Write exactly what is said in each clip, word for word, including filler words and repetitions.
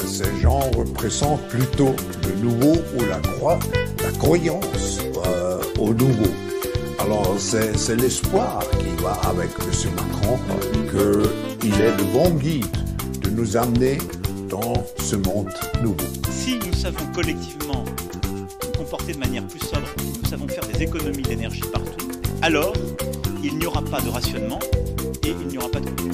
ces gens représentent plutôt le nouveau ou la croix, la croyance euh, au nouveau. Alors c'est, c'est l'espoir qui va avec M. Macron, qu'il est le bon guide de nous amener dans ce monde nouveau. Si nous savons collectivement nous comporter de manière plus sobre, nous savons faire des économies d'énergie partout, alors il n'y aura pas de rationnement et il n'y aura pas de coupure.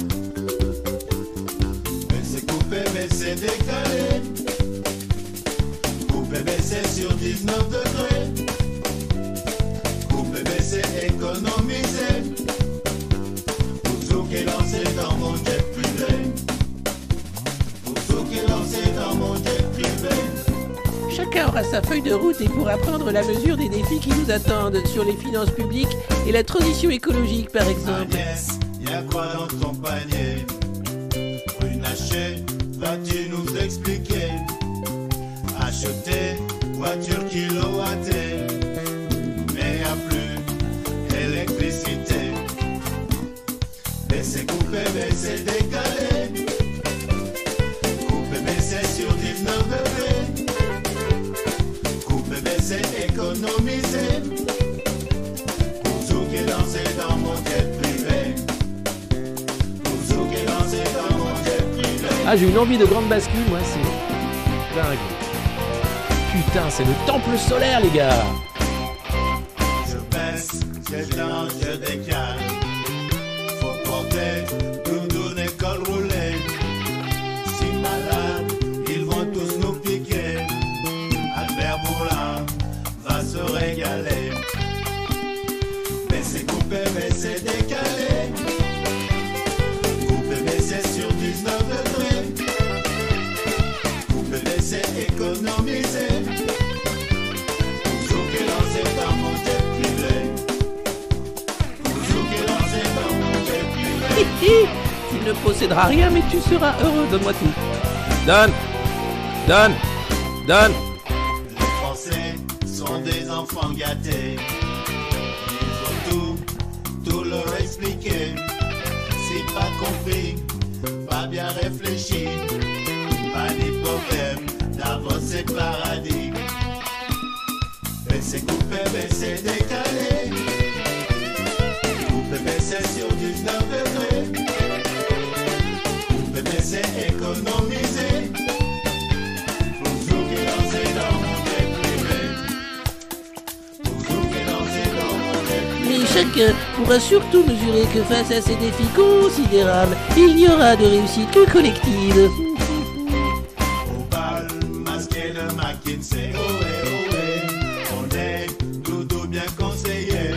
Mais c'est coupé, mais c'est décalé. Coupé, mais c'est sur dix-neuf degrés. Coupé, mais c'est économisé. Pour qui est lancé dans mon jet privé. Pour qui est lancé dans mon jet privé. Chacun aura sa feuille de route et pourra prendre la mesure des défis qui nous attendent sur les finances publiques et la transition écologique, par exemple. Agnès, y'a quoi dans ton panier? Runacher, vas-tu nous expliquer? Acheter, voiture kilowattée, mais y'a plus électricité. Baisser, couper, baisser, décaler. Couper, baisser sur dix-neuf degrés. Couper, baisser, économiser. Pour tout qui est lancé dans mon jet privé. Pour tout qui est lancé dans mon jet privé. Ah, j'ai une envie de grande bascule, moi, c'est dingue. Putain, c'est le temple solaire, les gars. Je baisse, j'étends, je décale. Faut porter doudoune et col roulé. Si malade, ils vont tous nous piquer. Albert Bourlin va se régaler. Baisser, couper, baisser, décaler. Couper, baisser sur dix-neuf degrés. Couper, baisser, économiser. Pour qui est lancé dans mon jet privé. Pour qui est lancé dans mon jet privé. Hi, hi. Tu ne posséderas rien, mais tu seras heureux. Donne-moi tout. Donne. Donne. Donne. Les Français sont des enfants gâtés. Il faut tout, tout leur expliquer. Si pas compris, pas bien réfléchi, pas ni problème d'avancer paradis. Baisser, couper, baisser, décaler. Couper, baisser sur dix-neuf degrés. Couper, baisser, économiser. Pour tout qui est lancé dans mon jet privé. Pour tout qui est lancé dans mon jet privé. Mais chacun pourra surtout mesurer que face à ces défis considérables, il n'y aura de réussite que collective. Au bal, masqué de McKinsey, ohé, ohé, on est doudou bien conseillé.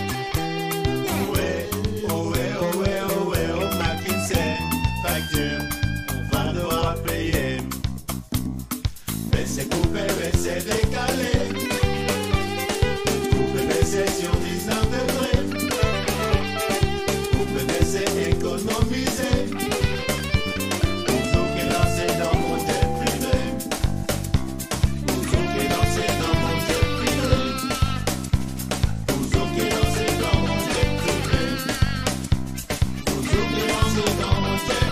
Ohé, ohé, ohé, ohé, oh McKinsey, facture, on va devoir payer. Baisser, couper, baisser, décaler. Couper, baisser sur dix-neuf degrés. Couper, baisser, économiser. Pour tout qui est lancé dans mon jet privé. Pour tout qui est lancé dans mon jet privé. Pour tout qui est lancé dans mon jet privé. Pour tout qui est lancé dans mon jet.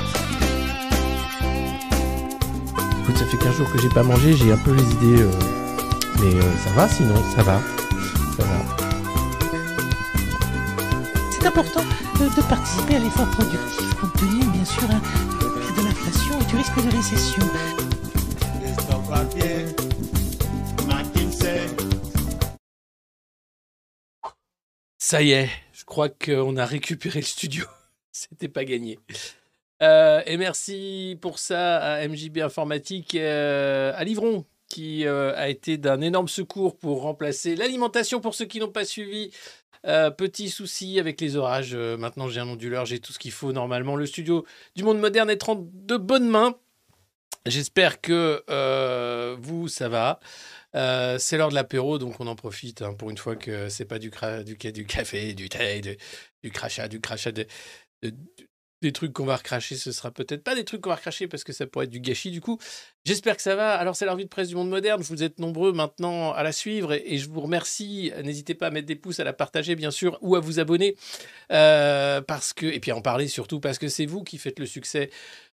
Écoute, ça fait quinze jours que j'ai pas mangé, j'ai un peu les idées. euh, Mais euh, ça va sinon, ça va. Ça va. C'est important de, de participer à l'effort productif compte tenu bien sûr hein, de l'inflation et du risque de récession. Les stocks papier. McKinsey. Ça y est, je crois qu'on a récupéré le studio. C'était pas gagné. Euh, et merci pour ça à M J B Informatique, euh, à Livron, qui euh, a été d'un énorme secours pour remplacer l'alimentation pour ceux qui n'ont pas suivi. Euh, petit souci avec les orages. Euh, maintenant, j'ai un onduleur, j'ai tout ce qu'il faut normalement. Le studio du Monde Moderne est en de bonnes mains. J'espère que euh, vous, ça va. Euh, c'est l'heure de l'apéro, donc on en profite hein, pour une fois que c'est pas du, cra- du, ca- du café, du thé, de- du crachat, du crachat, de, de- des trucs qu'on va recracher. Ce sera peut-être pas des trucs qu'on va recracher parce que ça pourrait être du gâchis du coup. J'espère que ça va. Alors, c'est la revue de presse du Monde Moderne. Vous êtes nombreux maintenant à la suivre et, et je vous remercie. N'hésitez pas à mettre des pouces, à la partager bien sûr ou à vous abonner euh, parce que et puis à en parler surtout parce que c'est vous qui faites le succès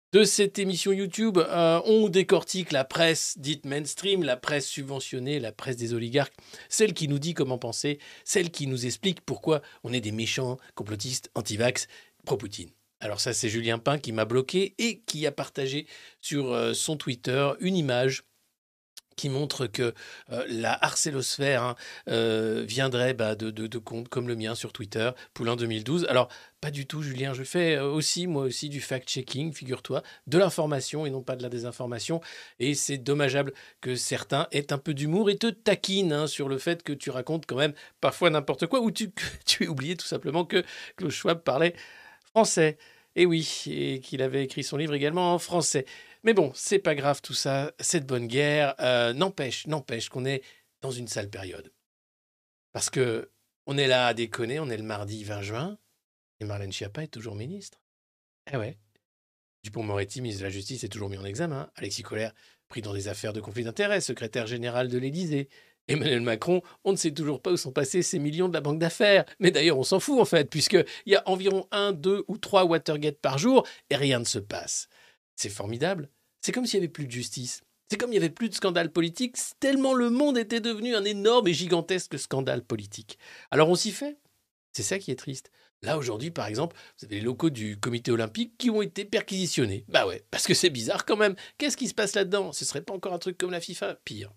de cette émission YouTube. Euh, on décortique la presse dite mainstream, la presse subventionnée, la presse des oligarques, celle qui nous dit comment penser, celle qui nous explique pourquoi on est des méchants complotistes anti-vax pro-Poutine. Alors ça, c'est Julien Pain qui m'a bloqué et qui a partagé sur euh, son Twitter une image qui montre que euh, la harcélosphère hein, euh, viendrait bah, de, de, de comptes comme le mien sur Twitter, Poulain deux mille douze. Alors, pas du tout, Julien, je fais aussi, moi aussi, du fact-checking, figure-toi, de l'information et non pas de la désinformation. Et c'est dommageable que certains aient un peu d'humour et te taquinent hein, sur le fait que tu racontes quand même parfois n'importe quoi ou tu, tu as oublié tout simplement que Klaus Schwab parlait français. Et oui, et qu'il avait écrit son livre également en français. Mais bon, c'est pas grave tout ça, cette bonne guerre euh, n'empêche, n'empêche qu'on est dans une sale période. Parce que on est là à déconner, on est le mardi vingt juin, et Marlène Schiappa est toujours ministre. Eh ouais. Dupond-Moretti, ministre de la Justice, est toujours mis en examen. Alexis Colère, pris dans des affaires de conflit d'intérêts, secrétaire général de l'Élysée. Emmanuel Macron, on ne sait toujours pas où sont passés ces millions de la banque d'affaires. Mais d'ailleurs, on s'en fout en fait, puisqu'il y a environ un, deux ou trois Watergate par jour, et rien ne se passe. C'est formidable. C'est comme s'il n'y avait plus de justice. C'est comme il n'y avait plus de scandale politique, tellement le monde était devenu un énorme et gigantesque scandale politique. Alors on s'y fait. C'est ça qui est triste. Là, aujourd'hui, par exemple, vous avez les locaux du comité olympique qui ont été perquisitionnés. Bah ouais, parce que c'est bizarre quand même. Qu'est-ce qui se passe là-dedans? Ce serait pas encore un truc comme la FIFA? Pire.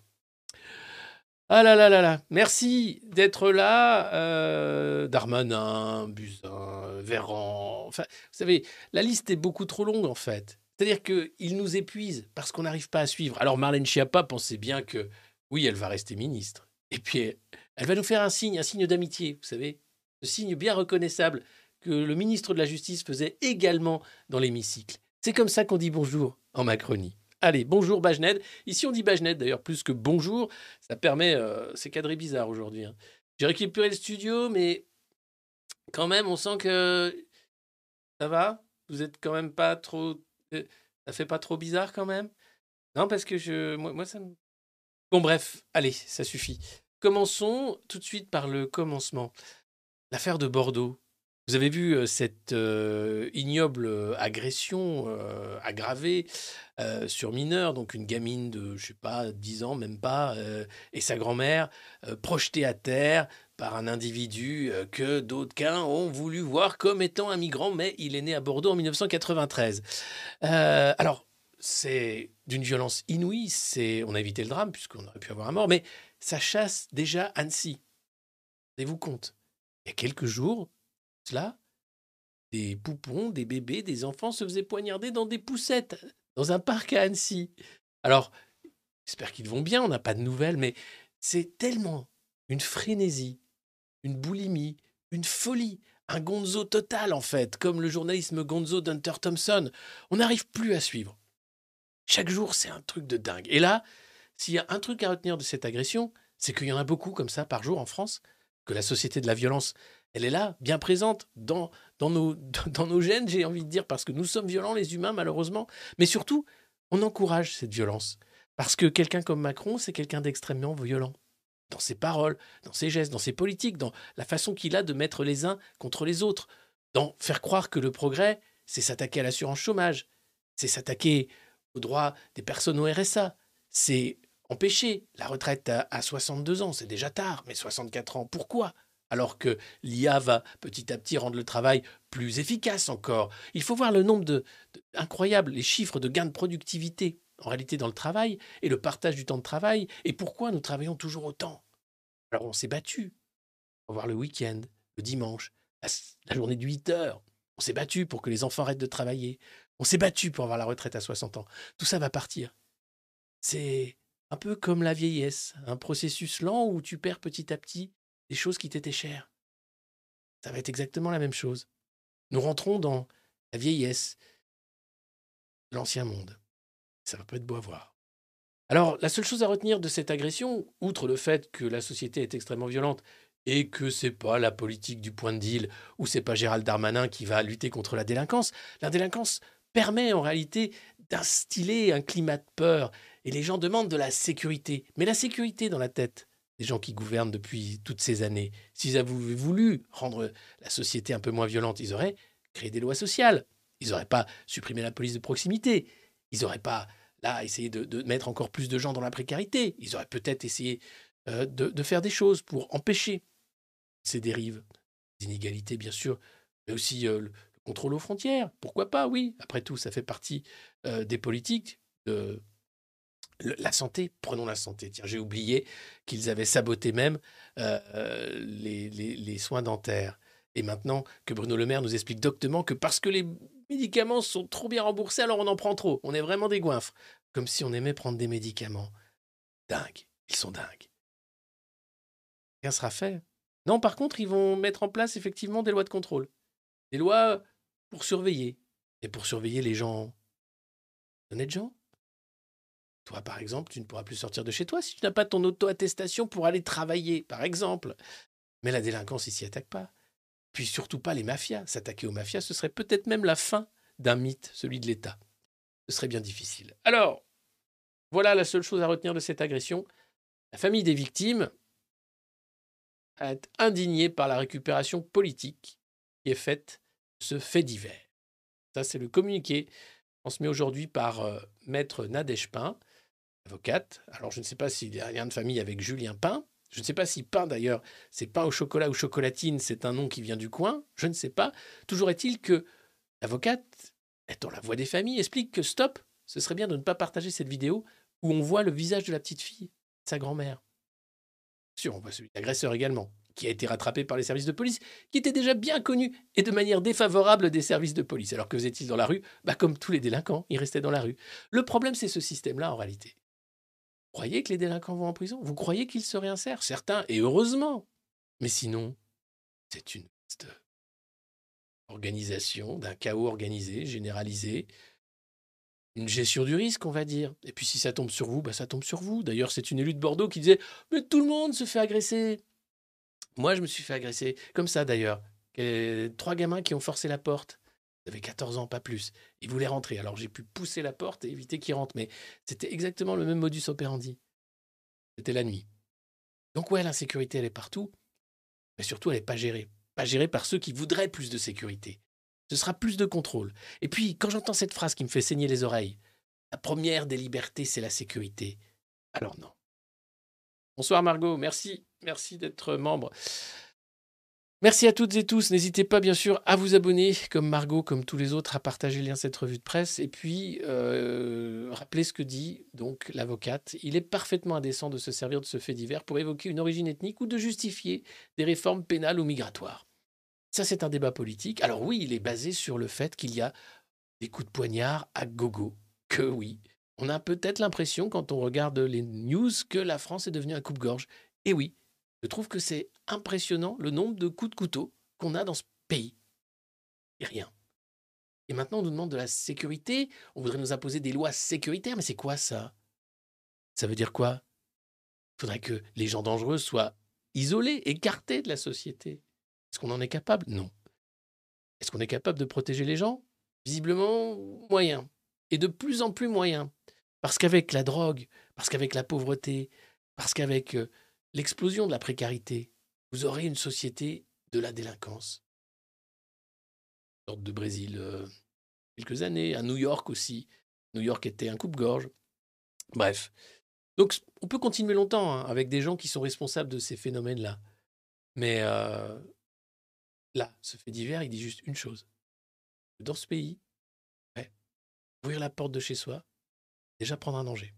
Ah là là là là. Merci d'être là. Euh, Darmanin, Buzyn, Véran. Enfin, vous savez, la liste est beaucoup trop longue en fait. C'est-à-dire qu'ils nous épuisent parce qu'on n'arrive pas à suivre. Alors Marlène Schiappa pensait bien que, oui, elle va rester ministre. Et puis, elle va nous faire un signe, un signe d'amitié, vous savez. Ce signe bien reconnaissable que le ministre de la Justice faisait également dans l'hémicycle. C'est comme ça qu'on dit bonjour en Macronie. Allez, bonjour Bajned. Ici, on dit Bajned d'ailleurs plus que bonjour. Ça permet... Euh, c'est cadré bizarre aujourd'hui. Hein. J'ai récupéré le studio, mais quand même, on sent que... Ça va? Vous êtes quand même pas trop... Ça fait pas trop bizarre quand même? Non, parce que je... Moi, moi ça me... Bon, bref, allez, ça suffit. Commençons tout de suite par le commencement. L'affaire de Bordeaux. Vous avez vu euh, cette euh, ignoble euh, agression euh, aggravée euh, sur mineur, donc une gamine de, je sais pas, dix ans, même pas, euh, et sa grand-mère euh, projetée à terre par un individu euh, que d'aucuns ont voulu voir comme étant un migrant, mais il est né à Bordeaux en mille neuf cent quatre-vingt-treize. Euh, alors, c'est d'une violence inouïe, c'est, on a évité le drame puisqu'on aurait pu avoir un mort, mais ça chasse déjà Annecy. Rendez-vous compte, il y a quelques jours, cela, des poupons, des bébés, des enfants se faisaient poignarder dans des poussettes, dans un parc à Annecy. Alors, j'espère qu'ils vont bien, on n'a pas de nouvelles, mais c'est tellement une frénésie, une boulimie, une folie, un gonzo total en fait, comme le journalisme gonzo d'Hunter Thompson. On n'arrive plus à suivre. Chaque jour, c'est un truc de dingue. Et là, s'il y a un truc à retenir de cette agression, c'est qu'il y en a beaucoup comme ça par jour en France, que la société de la violence, elle est là, bien présente dans, dans, nos, dans nos gènes, j'ai envie de dire, parce que nous sommes violents, les humains, malheureusement. Mais surtout, on encourage cette violence. Parce que quelqu'un comme Macron, c'est quelqu'un d'extrêmement violent. Dans ses paroles, dans ses gestes, dans ses politiques, dans la façon qu'il a de mettre les uns contre les autres, dans faire croire que le progrès, c'est s'attaquer à l'assurance chômage, c'est s'attaquer aux droits des personnes au R S A, c'est empêcher la retraite à, à soixante-deux ans, c'est déjà tard, mais soixante-quatre ans, pourquoi ? Alors que l'I A va petit à petit rendre le travail plus efficace encore. Il faut voir le nombre de, de incroyables, les chiffres de gains de productivité en réalité dans le travail et le partage du temps de travail et pourquoi nous travaillons toujours autant. Alors on s'est battu pour voir le week-end, le dimanche, la, la journée de huit heures. On s'est battu pour que les enfants arrêtent de travailler. On s'est battu pour avoir la retraite à soixante ans. Tout ça va partir. C'est un peu comme la vieillesse, un processus lent où tu perds petit à petit des choses qui t'étaient chères. Ça va être exactement la même chose. Nous rentrons dans la vieillesse de l'ancien monde. Ça va pas être beau à voir. Alors, la seule chose à retenir de cette agression, outre le fait que la société est extrêmement violente et que c'est pas la politique du point de deal ou c'est pas Gérald Darmanin qui va lutter contre la délinquance, la délinquance permet en réalité d'instiller un climat de peur et les gens demandent de la sécurité. Mais la sécurité dans la tête des gens qui gouvernent depuis toutes ces années, s'ils avaient voulu rendre la société un peu moins violente, ils auraient créé des lois sociales. Ils n'auraient pas supprimé la police de proximité. Ils n'auraient pas, là, essayé de, de mettre encore plus de gens dans la précarité. Ils auraient peut-être essayé euh, de, de faire des choses pour empêcher ces dérives. Les inégalités, bien sûr, mais aussi euh, le contrôle aux frontières. Pourquoi pas, oui. Après tout, ça fait partie euh, des politiques de le- la santé. Prenons la santé. Tiens, j'ai oublié qu'ils avaient saboté même euh, euh, les, les- les soins dentaires. Et maintenant que Bruno Le Maire nous explique doctement que parce que les médicaments sont trop bien remboursés, alors on en prend trop. On est vraiment des goinfres. Comme si on aimait prendre des médicaments. Dingue. Ils sont dingues. Rien sera fait. Non, par contre, ils vont mettre en place effectivement des lois de contrôle. Des lois pour surveiller. Et pour surveiller les gens, honnêtes gens. Toi, par exemple, tu ne pourras plus sortir de chez toi si tu n'as pas ton auto-attestation pour aller travailler, par exemple. Mais la délinquance, il s'y attaque pas. Puis surtout pas les mafias. S'attaquer aux mafias, ce serait peut-être même la fin d'un mythe, celui de l'État. Ce serait bien difficile. Alors, voilà la seule chose à retenir de cette agression. La famille des victimes est indignée par la récupération politique qui est faite de ce fait divers. Ça, c'est le communiqué transmis aujourd'hui par euh, Maître Nadège Pain, avocate. Alors, je ne sais pas s'il y a un lien de famille avec Julien Pain. Je ne sais pas si Pain, d'ailleurs, c'est pain au chocolat ou chocolatine, c'est un nom qui vient du coin. Je ne sais pas. Toujours est-il que l'avocate, étant la voix des familles, explique que stop, ce serait bien de ne pas partager cette vidéo où on voit le visage de la petite fille, de sa grand-mère. Sûr, on voit celui de l'agresseur également, qui a été rattrapé par les services de police, qui était déjà bien connu et de manière défavorable des services de police. Alors que faisait-il dans la rue? Bah, comme tous les délinquants, il restait dans la rue. Le problème, c'est ce système-là, en réalité. Vous croyez que les délinquants vont en prison? Vous croyez qu'ils se réinsèrent? Certains, et heureusement. Mais sinon, c'est une vaste organisation, d'un chaos organisé, généralisé, une gestion du risque, on va dire. Et puis si ça tombe sur vous, bah ça tombe sur vous. D'ailleurs, c'est une élue de Bordeaux qui disait « Mais tout le monde se fait agresser !» Moi, je me suis fait agresser, comme ça d'ailleurs. Et trois gamins qui ont forcé la porte. Ils avaient quatorze ans, pas plus. Ils voulaient rentrer. Alors j'ai pu pousser la porte et éviter qu'ils rentrent. Mais c'était exactement le même modus operandi. C'était la nuit. Donc ouais, l'insécurité, elle est partout. Mais surtout, elle n'est pas gérée. Pas gérée par ceux qui voudraient plus de sécurité. Ce sera plus de contrôle. Et puis, quand j'entends cette phrase qui me fait saigner les oreilles, la première des libertés, c'est la sécurité. Alors non. Bonsoir Margot, merci. Merci d'être membre. Merci à toutes et tous. N'hésitez pas, bien sûr, à vous abonner, comme Margot, comme tous les autres, à partager le lien de cette revue de presse. Et puis, euh, rappelez ce que dit donc l'avocate. Il est parfaitement indécent de se servir de ce fait divers pour évoquer une origine ethnique ou de justifier des réformes pénales ou migratoires. Ça, c'est un débat politique. Alors oui, il est basé sur le fait qu'il y a des coups de poignard à gogo. Que oui. On a peut-être l'impression, quand on regarde les news, que la France est devenue un coupe-gorge. Et oui, je trouve que c'est impressionnant le nombre de coups de couteau qu'on a dans ce pays. Et rien. Et maintenant, on nous demande de la sécurité. On voudrait nous imposer des lois sécuritaires. Mais c'est quoi ça? Ça veut dire quoi? Il faudrait que les gens dangereux soient isolés, écartés de la société. Est-ce qu'on en est capable? Non. Est-ce qu'on est capable de protéger les gens? Visiblement, moyen. Et de plus en plus moyen. Parce qu'avec la drogue, parce qu'avec la pauvreté, parce qu'avec euh, l'explosion de la précarité, vous aurez une société de la délinquance. Une sorte de Brésil, euh, quelques années, à New York aussi. New York était un coupe-gorge. Bref. Donc, on peut continuer longtemps hein, avec des gens qui sont responsables de ces phénomènes-là. Mais euh, là, ce fait divers, il dit juste une chose. Dans ce pays, ouais, ouvrir la porte de chez soi, déjà prendre un danger.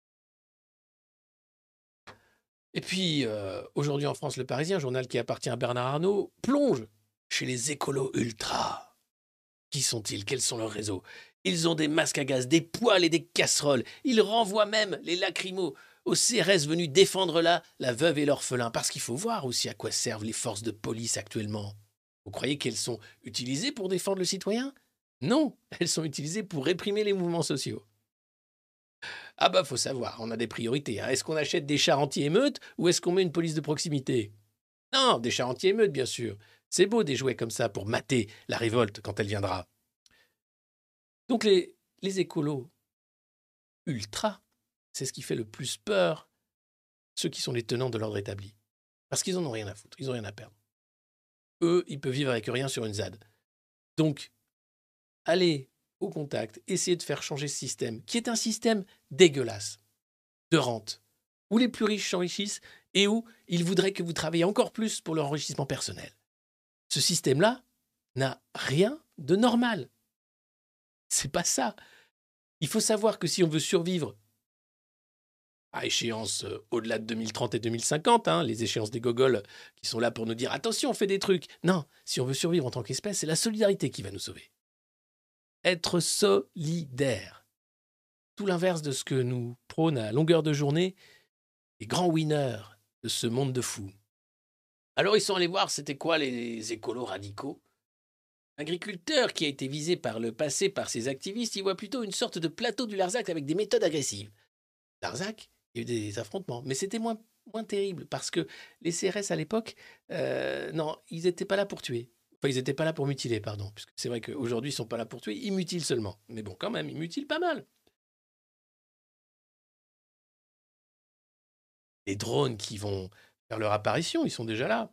Et puis, euh, aujourd'hui en France, Le Parisien, journal qui appartient à Bernard Arnault, plonge chez les écolos ultras. Qui sont-ils? Quels sont leurs réseaux? Ils ont des masques à gaz, des poêles et des casseroles. Ils renvoient même les lacrymos aux C R S venus défendre là la veuve et l'orphelin. Parce qu'il faut voir aussi à quoi servent les forces de police actuellement. Vous croyez qu'elles sont utilisées pour défendre le citoyen? Non, elles sont utilisées pour réprimer les mouvements sociaux. Ah bah faut savoir, on a des priorités. Hein. Est-ce qu'on achète des chars anti-émeutes ou est-ce qu'on met une police de proximité? Non, des chars anti-émeutes bien sûr. C'est beau des jouets comme ça pour mater la révolte quand elle viendra. Donc les, les écolos ultra, c'est ce qui fait le plus peur ceux qui sont les tenants de l'ordre établi. Parce qu'ils en ont rien à foutre, ils n'ont rien à perdre. Eux, ils peuvent vivre avec rien sur une Z A D. Donc, aller au contact, essayer de faire changer ce système, qui est un système dégueulasse, de rente, où les plus riches s'enrichissent et où ils voudraient que vous travailliez encore plus pour leur enrichissement personnel. Ce système-là n'a rien de normal. C'est pas ça. Il faut savoir que si on veut survivre à échéance euh, au-delà de deux mille trente et deux mille cinquante, hein, les échéances des gogoles qui sont là pour nous dire « Attention, on fait des trucs !» Non, si on veut survivre en tant qu'espèce, c'est la solidarité qui va nous sauver. Être solidaire. Tout l'inverse de ce que nous prônent à longueur de journée les grands winners de ce monde de fous. Alors ils sont allés voir c'était quoi les écolos radicaux. L'agriculteur qui a été visé par le passé par ces activistes, il voit plutôt une sorte de plateau du Larzac avec des méthodes agressives. Larzac, il y a eu des affrontements, mais c'était moins, moins terrible parce que les C R S à l'époque, euh, non, ils n'étaient pas là pour tuer. Enfin, ils n'étaient pas là pour mutiler, pardon. Puisque c'est vrai qu'aujourd'hui, ils ne sont pas là pour tuer, ils mutilent seulement. Mais bon, quand même, ils mutilent pas mal. Les drones qui vont faire leur apparition, ils sont déjà là.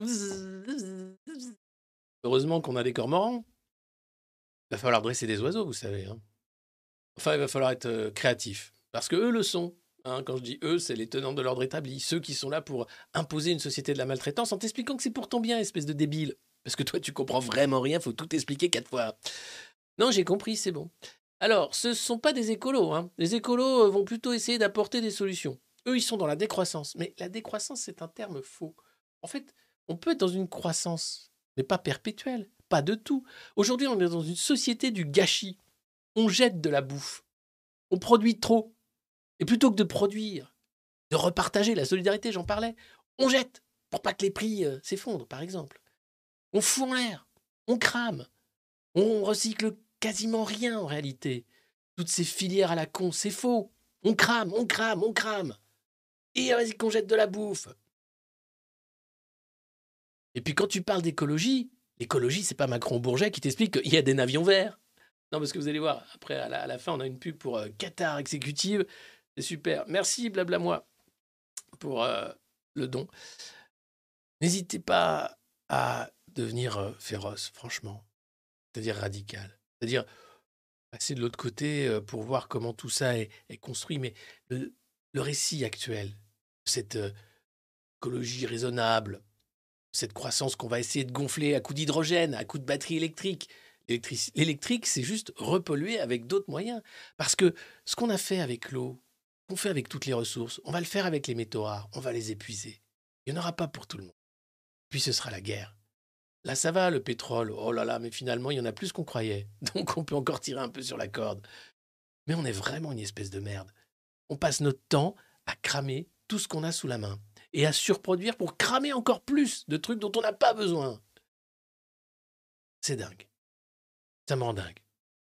Heureusement qu'on a des cormorans. Il va falloir dresser des oiseaux, vous savez. Hein. Enfin, il va falloir être euh, créatif. Parce que eux le sont. Hein. Quand je dis eux, c'est les tenants de l'ordre établi. Ceux qui sont là pour imposer une société de la maltraitance en t'expliquant que c'est pour ton bien, espèce de débile. Parce que toi, tu comprends vraiment rien, faut tout expliquer quatre fois. Non, j'ai compris, c'est bon. Alors, ce ne sont pas des écolos. Hein. Les écolos vont plutôt essayer d'apporter des solutions. Eux, ils sont dans la décroissance. Mais la décroissance, c'est un terme faux. En fait, on peut être dans une croissance, mais pas perpétuelle. Pas de tout. Aujourd'hui, on est dans une société du gâchis. On jette de la bouffe. On produit trop. Et plutôt que de produire, de repartager la solidarité, j'en parlais, on jette pour pas que les prix euh, s'effondrent, par exemple. On fout en l'air. On crame. On recycle quasiment rien, en réalité. Toutes ces filières à la con, c'est faux. On crame, on crame, on crame. Et vas-y qu'on jette de la bouffe. Et puis quand tu parles d'écologie, l'écologie, c'est pas Macron-Bourget qui t'explique qu'il y a des navions verts. Non, parce que vous allez voir, après, à la, à la fin, on a une pub pour euh, Qatar Exécutive. C'est super. Merci, blabla moi, pour euh, le don. N'hésitez pas à devenir euh, féroce, franchement. C'est-à-dire radical. C'est-à-dire passer de l'autre côté euh, pour voir comment tout ça est, est construit. Mais le, le récit actuel, cette euh, écologie raisonnable, cette croissance qu'on va essayer de gonfler à coups d'hydrogène, à coups de batterie électrique. L'électric- L'électrique, c'est juste repolluer avec d'autres moyens. Parce que ce qu'on a fait avec l'eau, qu'on fait avec toutes les ressources, on va le faire avec les métaux rares, on va les épuiser. Il n'y en aura pas pour tout le monde. Puis ce sera la guerre. Là, ça va, le pétrole. Oh là là, mais finalement, il y en a plus qu'on croyait. Donc, on peut encore tirer un peu sur la corde. Mais on est vraiment une espèce de merde. On passe notre temps à cramer tout ce qu'on a sous la main et à surproduire pour cramer encore plus de trucs dont on n'a pas besoin. C'est dingue. Ça me rend dingue.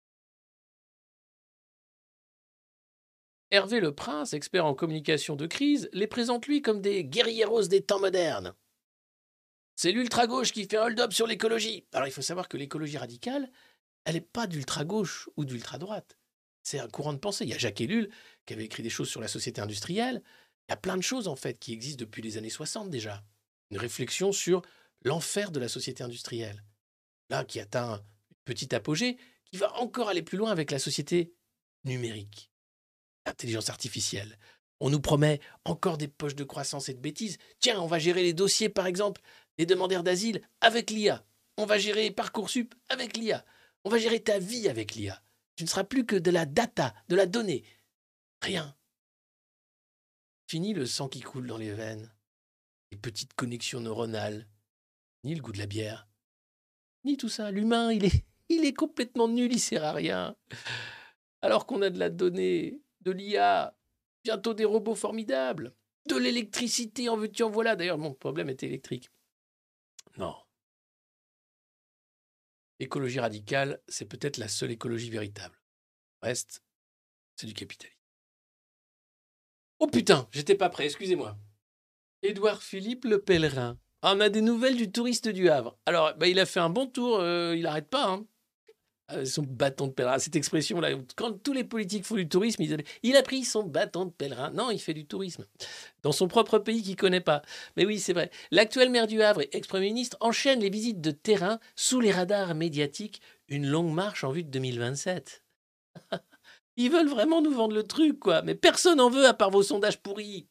Hervé Le Prince, expert en communication de crise, les présente lui comme des guerrieros des temps modernes. C'est l'ultra-gauche qui fait hold-up sur l'écologie. Alors il faut savoir que l'écologie radicale, elle n'est pas d'ultra-gauche ou d'ultra-droite. C'est un courant de pensée. Il y a Jacques Ellul qui avait écrit des choses sur la société industrielle. Il y a plein de choses en fait qui existent depuis les années soixante déjà. Une réflexion sur l'enfer de la société industrielle. Là, qui atteint une petite apogée, qui va encore aller plus loin avec la société numérique. L'intelligence artificielle. On nous promet encore des poches de croissance et de bêtises. Tiens, on va gérer les dossiers, par exemple, des demandeurs d'asile avec l'I A. On va gérer Parcoursup avec l'I A. On va gérer ta vie avec l'I A. Tu ne seras plus que de la data, de la donnée. Rien. Fini le sang qui coule dans les veines, les petites connexions neuronales, ni le goût de la bière, ni tout ça. L'humain, il est, il est complètement nul, il sert à rien. Alors qu'on a de la donnée, de l'I A, bientôt des robots formidables, de l'électricité en veux-tu en voilà. D'ailleurs, mon problème était électrique. Non. L'écologie radicale, c'est peut-être la seule écologie véritable. Le reste, c'est du capitalisme. Oh putain, j'étais pas prêt, excusez-moi. Édouard Philippe Le Pèlerin. Ah, on a des nouvelles du touriste du Havre. Alors, bah, il a fait un bon tour, euh, il n'arrête pas, hein. Euh, son bâton de pèlerin, cette expression-là, quand tous les politiques font du tourisme, ils disent, il a pris son bâton de pèlerin. Non, il fait du tourisme. Dans son propre pays qu'il ne connaît pas. Mais oui, c'est vrai. L'actuel maire du Havre et ex-premier ministre enchaîne les visites de terrain sous les radars médiatiques, une longue marche en vue de deux mille vingt-sept. Ils veulent vraiment nous vendre le truc, quoi. Mais personne n'en veut à part vos sondages pourris.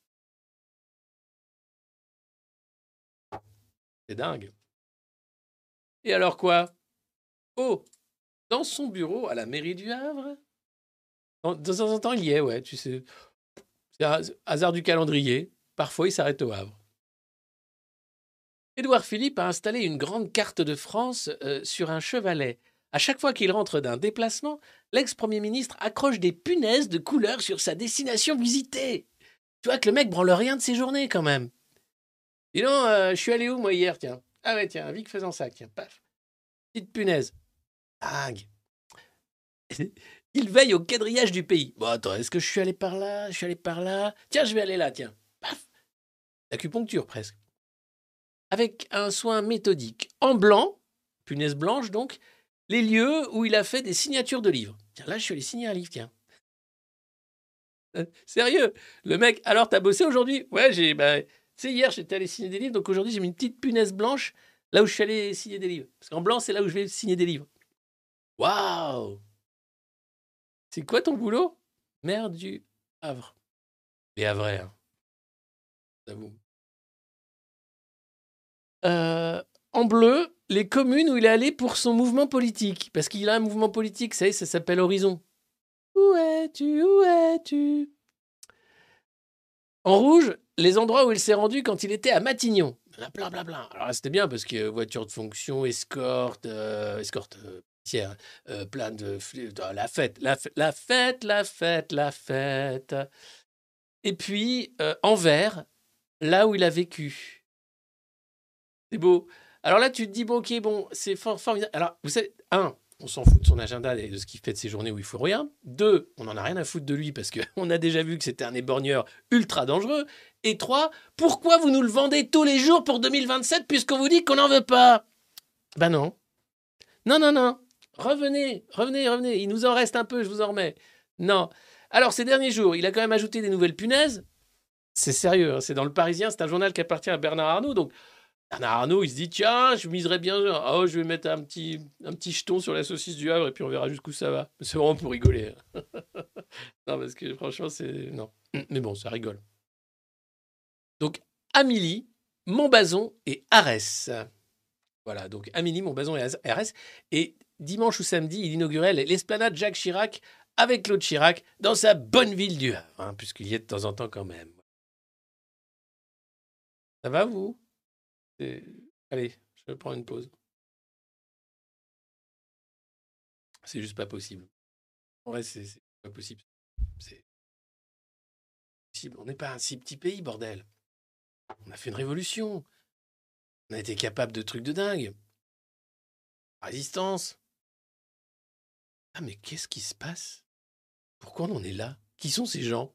C'est dingue. Et alors quoi? Oh, dans son bureau à la mairie du Havre, de temps en temps, il y est, ouais, tu sais. C'est un hasard du calendrier. Parfois, il s'arrête au Havre. Édouard Philippe a installé une grande carte de France euh, sur un chevalet. À chaque fois qu'il rentre d'un déplacement, l'ex-premier ministre accroche des punaises de couleur sur sa destination visitée. Tu vois que le mec branle rien de ses journées, quand même. Dis donc, euh, je suis allé où, moi, hier, tiens? Ah ouais, tiens, Vic Fezensac, tiens, paf. Petite punaise. Dingue. Il veille au quadrillage du pays. Bon, attends, est-ce que je suis allé par là? Je suis allé par là. Tiens, je vais aller là, tiens. Paf. L'acupuncture, presque. Avec un soin méthodique. En blanc, punaise blanche, donc, les lieux où il a fait des signatures de livres. Tiens, là, je suis allé signer un livre, tiens. Euh, sérieux, le mec, alors, t'as bossé aujourd'hui? Ouais, j'ai... Bah, tu sais, hier, j'étais allé signer des livres, donc aujourd'hui, j'ai mis une petite punaise blanche là où je suis allé signer des livres. Parce qu'en blanc, c'est là où je vais signer des livres. Waouh! C'est quoi ton boulot? Maire du Havre. Les Havrais, hein. J'avoue. Euh, en bleu, les communes où il est allé pour son mouvement politique. Parce qu'il a un mouvement politique, ça y est, ça s'appelle Horizon. Où es-tu? Où es-tu? En rouge, les endroits où il s'est rendu quand il était à Matignon. Il y en a plein, plein, plein. Alors là, c'était bien parce que voiture de fonction, escorte, euh, escorte euh, policière, euh, plein de... euh, la fête, la, f- la fête, la fête, la fête. Et puis, euh, en vert, là où il a vécu. C'est beau. Alors là, tu te dis, bon, ok, bon, c'est fort, formidable. Alors, vous savez, un, on s'en fout de son agenda et de ce qu'il fait de ses journées où il faut rien. Deux, on n'en a rien à foutre de lui parce qu'on a déjà vu que c'était un éborgneur ultra dangereux. Et trois, pourquoi vous nous le vendez tous les jours pour deux mille vingt-sept puisqu'on vous dit qu'on n'en veut pas? Ben non. Non, non, non. Revenez, revenez, revenez. Il nous en reste un peu, je vous en remets. Non. Alors, ces derniers jours, il a quand même ajouté des nouvelles punaises. C'est sérieux, hein, c'est dans Le Parisien, c'est un journal qui appartient à Bernard Arnault. Donc, Bernard Arnault, il se dit, tiens, je miserais bien, oh, je vais mettre un petit, un petit jeton sur la saucisse du Havre et puis on verra jusqu'où ça va. C'est vraiment pour rigoler. Non, parce que franchement, c'est... Non. Mais bon, ça rigole. Donc, Amélie, Montbazon et Arès. Voilà, donc Amélie, Montbazon et Arès. Et dimanche ou samedi, il inaugurait l'esplanade Jacques Chirac avec Claude Chirac dans sa bonne ville du Havre, hein, puisqu'il y est de temps en temps quand même. Ça va, vous? Et... Allez, je vais prendre une pause. C'est juste pas possible. En vrai, c'est c'est pas possible. C'est possible. On n'est pas un si petit pays, bordel. On a fait une révolution. On a été capable de trucs de dingue. Résistance. Ah, mais qu'est-ce qui se passe? Pourquoi on en est là? Qui sont ces gens?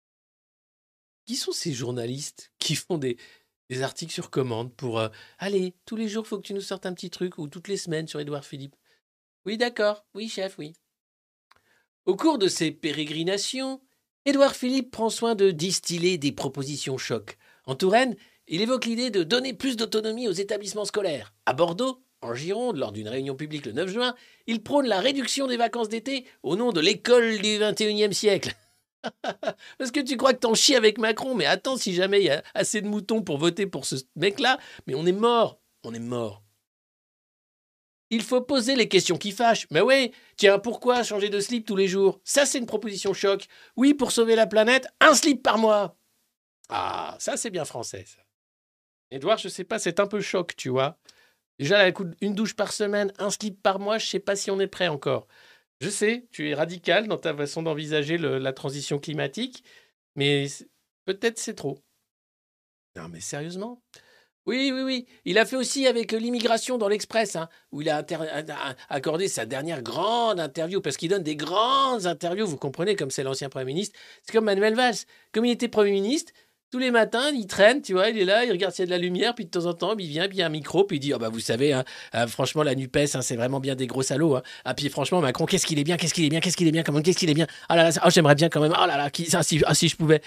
Qui sont ces journalistes qui font des, des articles sur commande pour euh, allez, tous les jours, faut que tu nous sortes un petit truc ou toutes les semaines sur Édouard Philippe? Oui, d'accord. Oui, chef, oui. Au cours de ces pérégrinations, Édouard Philippe prend soin de distiller des propositions chocs. En Touraine, il évoque l'idée de donner plus d'autonomie aux établissements scolaires. À Bordeaux, en Gironde, lors d'une réunion publique le neuf juin, il prône la réduction des vacances d'été au nom de l'école du vingt et unième siècle. Parce que tu crois que t'en chies avec Macron, mais attends, si jamais il y a assez de moutons pour voter pour ce mec-là, mais on est mort, on est mort. Il faut poser les questions qui fâchent. Mais oui, tiens, pourquoi changer de slip tous les jours? Ça, c'est une proposition choc. Oui, pour sauver la planète, un slip par mois. Ah, ça, c'est bien français, ça. Édouard, je sais pas, c'est un peu choc, tu vois. Déjà, une douche par semaine, un slip par mois, je sais pas si on est prêt encore. Je sais, tu es radical dans ta façon d'envisager le, la transition climatique, mais peut-être c'est trop. Non, mais sérieusement? Oui, oui, oui. Il a fait aussi avec l'immigration dans l'Express, hein, où il a inter- accordé sa dernière grande interview, parce qu'il donne des grandes interviews, vous comprenez, comme c'est l'ancien Premier ministre. C'est comme Manuel Valls. Comme il était Premier ministre, tous les matins, il traîne, tu vois, il est là, il regarde s'il y a de la lumière, puis de temps en temps, il vient, puis il y a un micro, puis il dit, oh bah vous savez, hein, euh, franchement, la NUPES, hein, c'est vraiment bien des gros salauds. Hein. Ah, puis franchement, Macron, qu'est-ce qu'il est bien, qu'est-ce qu'il est bien, qu'est-ce qu'il est bien, comment, qu'est-ce qu'il est bien. Ah là là, ça, oh, j'aimerais bien quand même, oh là là, qui, ça, si, ah, si je pouvais.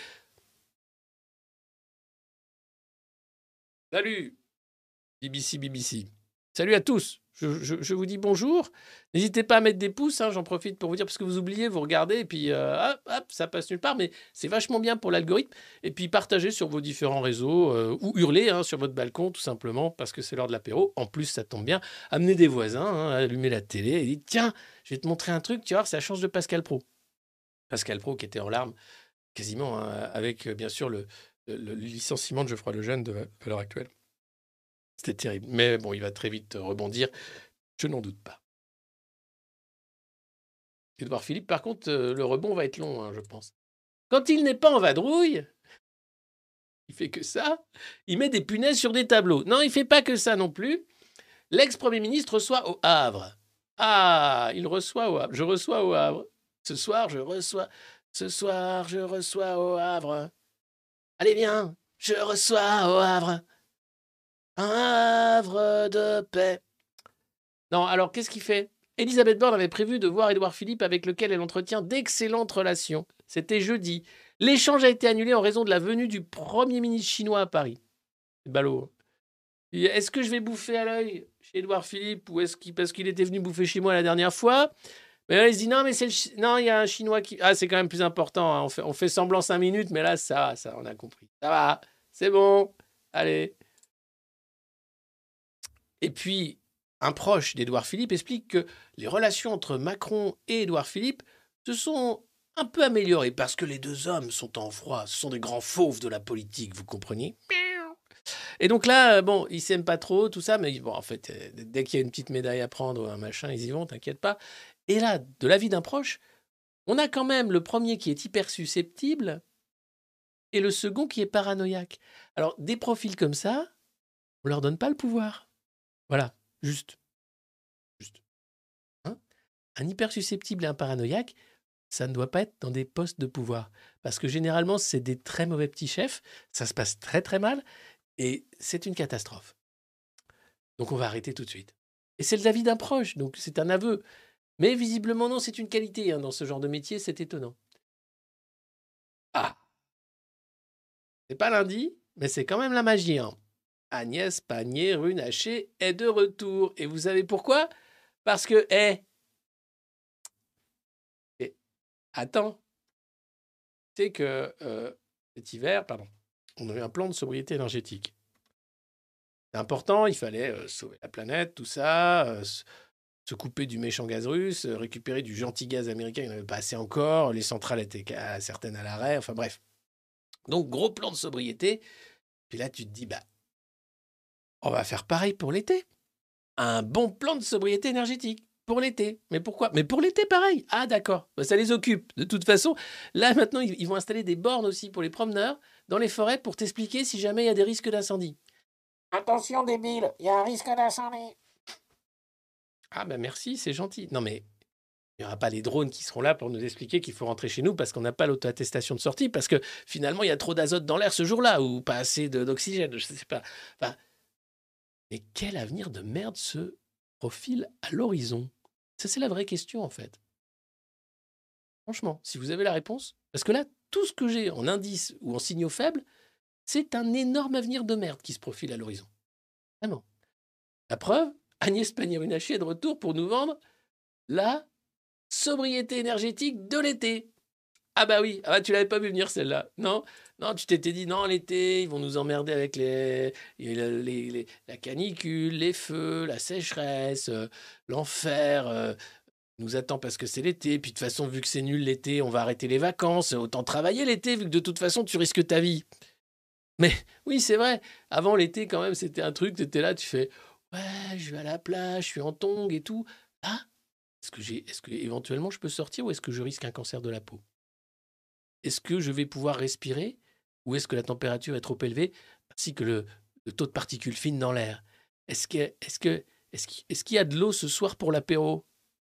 Salut B B C, B B C. Salut à tous. Je, je, je vous dis bonjour. N'hésitez pas à mettre des pouces, hein, j'en profite pour vous dire, parce que vous oubliez, vous regardez, et puis euh, hop, hop, ça passe nulle part, mais c'est vachement bien pour l'algorithme. Et puis partagez sur vos différents réseaux, euh, ou hurlez hein, sur votre balcon, tout simplement, parce que c'est l'heure de l'apéro. En plus, ça tombe bien. Amenez des voisins, hein, allumez la télé, et dites, tiens, je vais te montrer un truc, tu vois, c'est la chance de Pascal Pro. Pascal Pro qui était en larmes, quasiment, hein, avec euh, bien sûr le, le, le licenciement de Geoffroy Lejeune de, de l'heure actuelle. C'était terrible. Mais bon, il va très vite rebondir. Je n'en doute pas. Édouard Philippe, par contre, euh, le rebond va être long, hein, je pense. Quand il n'est pas en vadrouille, il fait que ça. Il met des punaises sur des tableaux. Non, il fait pas que ça non plus. L'ex-premier ministre reçoit au Havre. Ah, il reçoit au Havre. Je reçois au Havre. Ce soir, je reçois. Ce soir, je reçois au Havre. Allez, viens, je reçois au Havre. Un havre de paix. Non, alors qu'est-ce qu'il fait? Elisabeth Borne avait prévu de voir Édouard Philippe avec lequel elle entretient d'excellentes relations. C'était jeudi. L'échange a été annulé en raison de la venue du Premier ministre chinois à Paris. C'est ballot. Est-ce que je vais bouffer à l'œil chez Édouard Philippe ou est-ce qu'il parce qu'il était venu bouffer chez moi la dernière fois? Mais là, il se dit non, mais c'est le Chi- non, il y a un Chinois qui. Ah, c'est quand même plus important. Hein. On, fait, on fait semblant cinq minutes, mais là, ça, ça, on a compris. Ça va, c'est bon. Allez. Et puis, un proche d'Édouard Philippe explique que les relations entre Macron et Édouard Philippe se sont un peu améliorées parce que les deux hommes sont en froid. Ce sont des grands fauves de la politique, vous comprenez? Et donc là, bon, ils s'aiment pas trop, tout ça, mais bon, en fait, euh, dès qu'il y a une petite médaille à prendre ou un machin, ils y vont, t'inquiète pas. Et là, de l'avis d'un proche, on a quand même le premier qui est hyper susceptible et le second qui est paranoïaque. Alors, des profils comme ça, on leur donne pas le pouvoir. Voilà, juste. Juste. Hein? Un hyper susceptible et un paranoïaque, ça ne doit pas être dans des postes de pouvoir. Parce que généralement, c'est des très mauvais petits chefs, ça se passe très très mal, et c'est une catastrophe. Donc on va arrêter tout de suite. Et c'est l'avis d'un proche, donc c'est un aveu. Mais visiblement non, c'est une qualité hein, dans ce genre de métier, c'est étonnant. Ah, c'est pas lundi, mais c'est quand même la magie. Hein. Agnès Pannier-Runacher est de retour. Et vous savez pourquoi? Parce que, hé, eh, attends, tu sais que euh, cet hiver, pardon, on a eu un plan de sobriété énergétique. C'est important, il fallait euh, sauver la planète, tout ça, euh, se- se couper du méchant gaz russe, euh, récupérer du gentil gaz américain, il n'y en avait pas assez encore, les centrales étaient ca- certaines à l'arrêt, enfin bref. Donc, gros plan de sobriété. Puis là, tu te dis, bah, on va faire pareil pour l'été. Un bon plan de sobriété énergétique pour l'été. Mais pourquoi? Mais pour l'été, pareil. Ah, d'accord. Bah, ça les occupe. De toute façon, là, maintenant, ils ils vont installer des bornes aussi pour les promeneurs dans les forêts pour t'expliquer si jamais il y a des risques d'incendie. Attention, débile, il y a un risque d'incendie. Ah, bah merci, c'est gentil. Non, mais il n'y aura pas les drones qui seront là pour nous expliquer qu'il faut rentrer chez nous parce qu'on n'a pas l'auto-attestation de sortie, parce que finalement, il y a trop d'azote dans l'air ce jour-là, ou pas assez de- d'oxygène, je ne sais pas. Enfin, mais quel avenir de merde se profile à l'horizon? Ça, c'est la vraie question, en fait. Franchement, si vous avez la réponse, parce que là, tout ce que j'ai en indices ou en signaux faibles, c'est un énorme avenir de merde qui se profile à l'horizon. Vraiment. La preuve, Agnès Pannier-Runacher est de retour pour nous vendre la sobriété énergétique de l'été. Ah bah oui, ah bah tu l'avais pas vu venir celle-là. Non, non, tu t'étais dit non, l'été, ils vont nous emmerder avec les, les- les- les- la canicule, les feux, la sécheresse, euh, l'enfer euh, nous attend parce que c'est l'été. Puis de toute façon, vu que c'est nul l'été, on va arrêter les vacances. Autant travailler l'été, vu que de toute façon, tu risques ta vie. Mais oui, c'est vrai. Avant l'été, quand même, c'était un truc. Tu étais là, tu fais ouais, je vais à la plage, je suis en tongs et tout. Là, est-ce que j'ai, est-ce que éventuellement je peux sortir ou est-ce que je risque un cancer de la peau? Est-ce que je vais pouvoir respirer ou est-ce que la température est trop élevée ainsi que le, le taux de particules fines dans l'air? Est-ce que, est-ce que, est-ce qu'il, est-ce qu'il y a de l'eau ce soir pour l'apéro?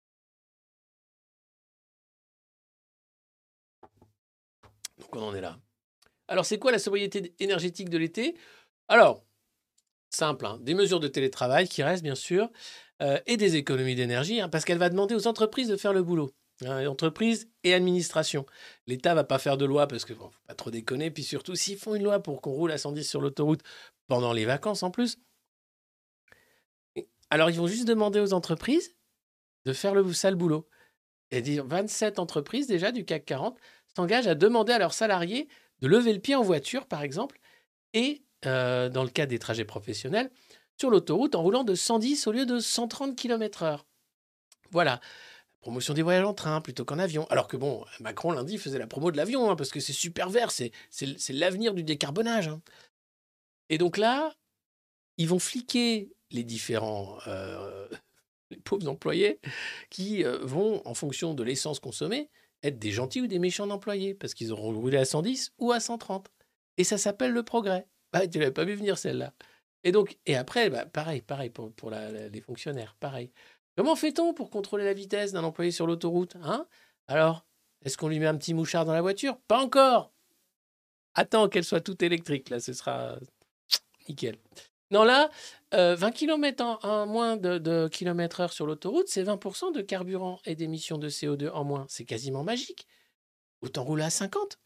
Donc on en est là. Alors c'est quoi la sobriété énergétique de l'été? Alors, simple, hein, des mesures de télétravail qui restent bien sûr, euh, et des économies d'énergie, hein, parce qu'elle va demander aux entreprises de faire le boulot. Hein, entreprises et administration. L'État va pas faire de loi parce que bon, faut pas trop déconner. Puis surtout, s'ils font une loi pour qu'on roule à cent dix sur l'autoroute pendant les vacances en plus, Alors, ils vont juste demander aux entreprises de faire le sale boulot. Et dire vingt-sept entreprises déjà du C A C quarante s'engagent à demander à leurs salariés de lever le pied en voiture, par exemple, et euh, dans le cas des trajets professionnels, sur l'autoroute en roulant de cent dix au lieu de cent trente kilomètres heure. Voilà. Promotion des voyages en train plutôt qu'en avion. Alors que bon, Macron lundi faisait la promo de l'avion, hein, parce que c'est super vert, c'est, c'est, c'est l'avenir du décarbonage. Hein. Et donc là, ils vont fliquer les différents euh, les pauvres employés qui euh, vont, en fonction de l'essence consommée, être des gentils ou des méchants employés, parce qu'ils auront roulé à cent dix ou à cent trente. Et ça s'appelle le progrès. Bah, tu l'avais pas vu venir celle-là. Et donc, et après, bah, pareil, pareil pour, pour la, la, les fonctionnaires, pareil. Comment fait-on pour contrôler la vitesse d'un employé sur l'autoroute, hein? Alors, est-ce qu'on lui met un petit mouchard dans la voiture? Pas encore. Attends qu'elle soit toute électrique, là, ce sera nickel. Non, là, euh, vingt kilomètres en, en moins de, de kilomètres heure sur l'autoroute, c'est vingt pour cent de carburant et d'émissions de C O deux en moins. C'est quasiment magique. Autant rouler à cinquante.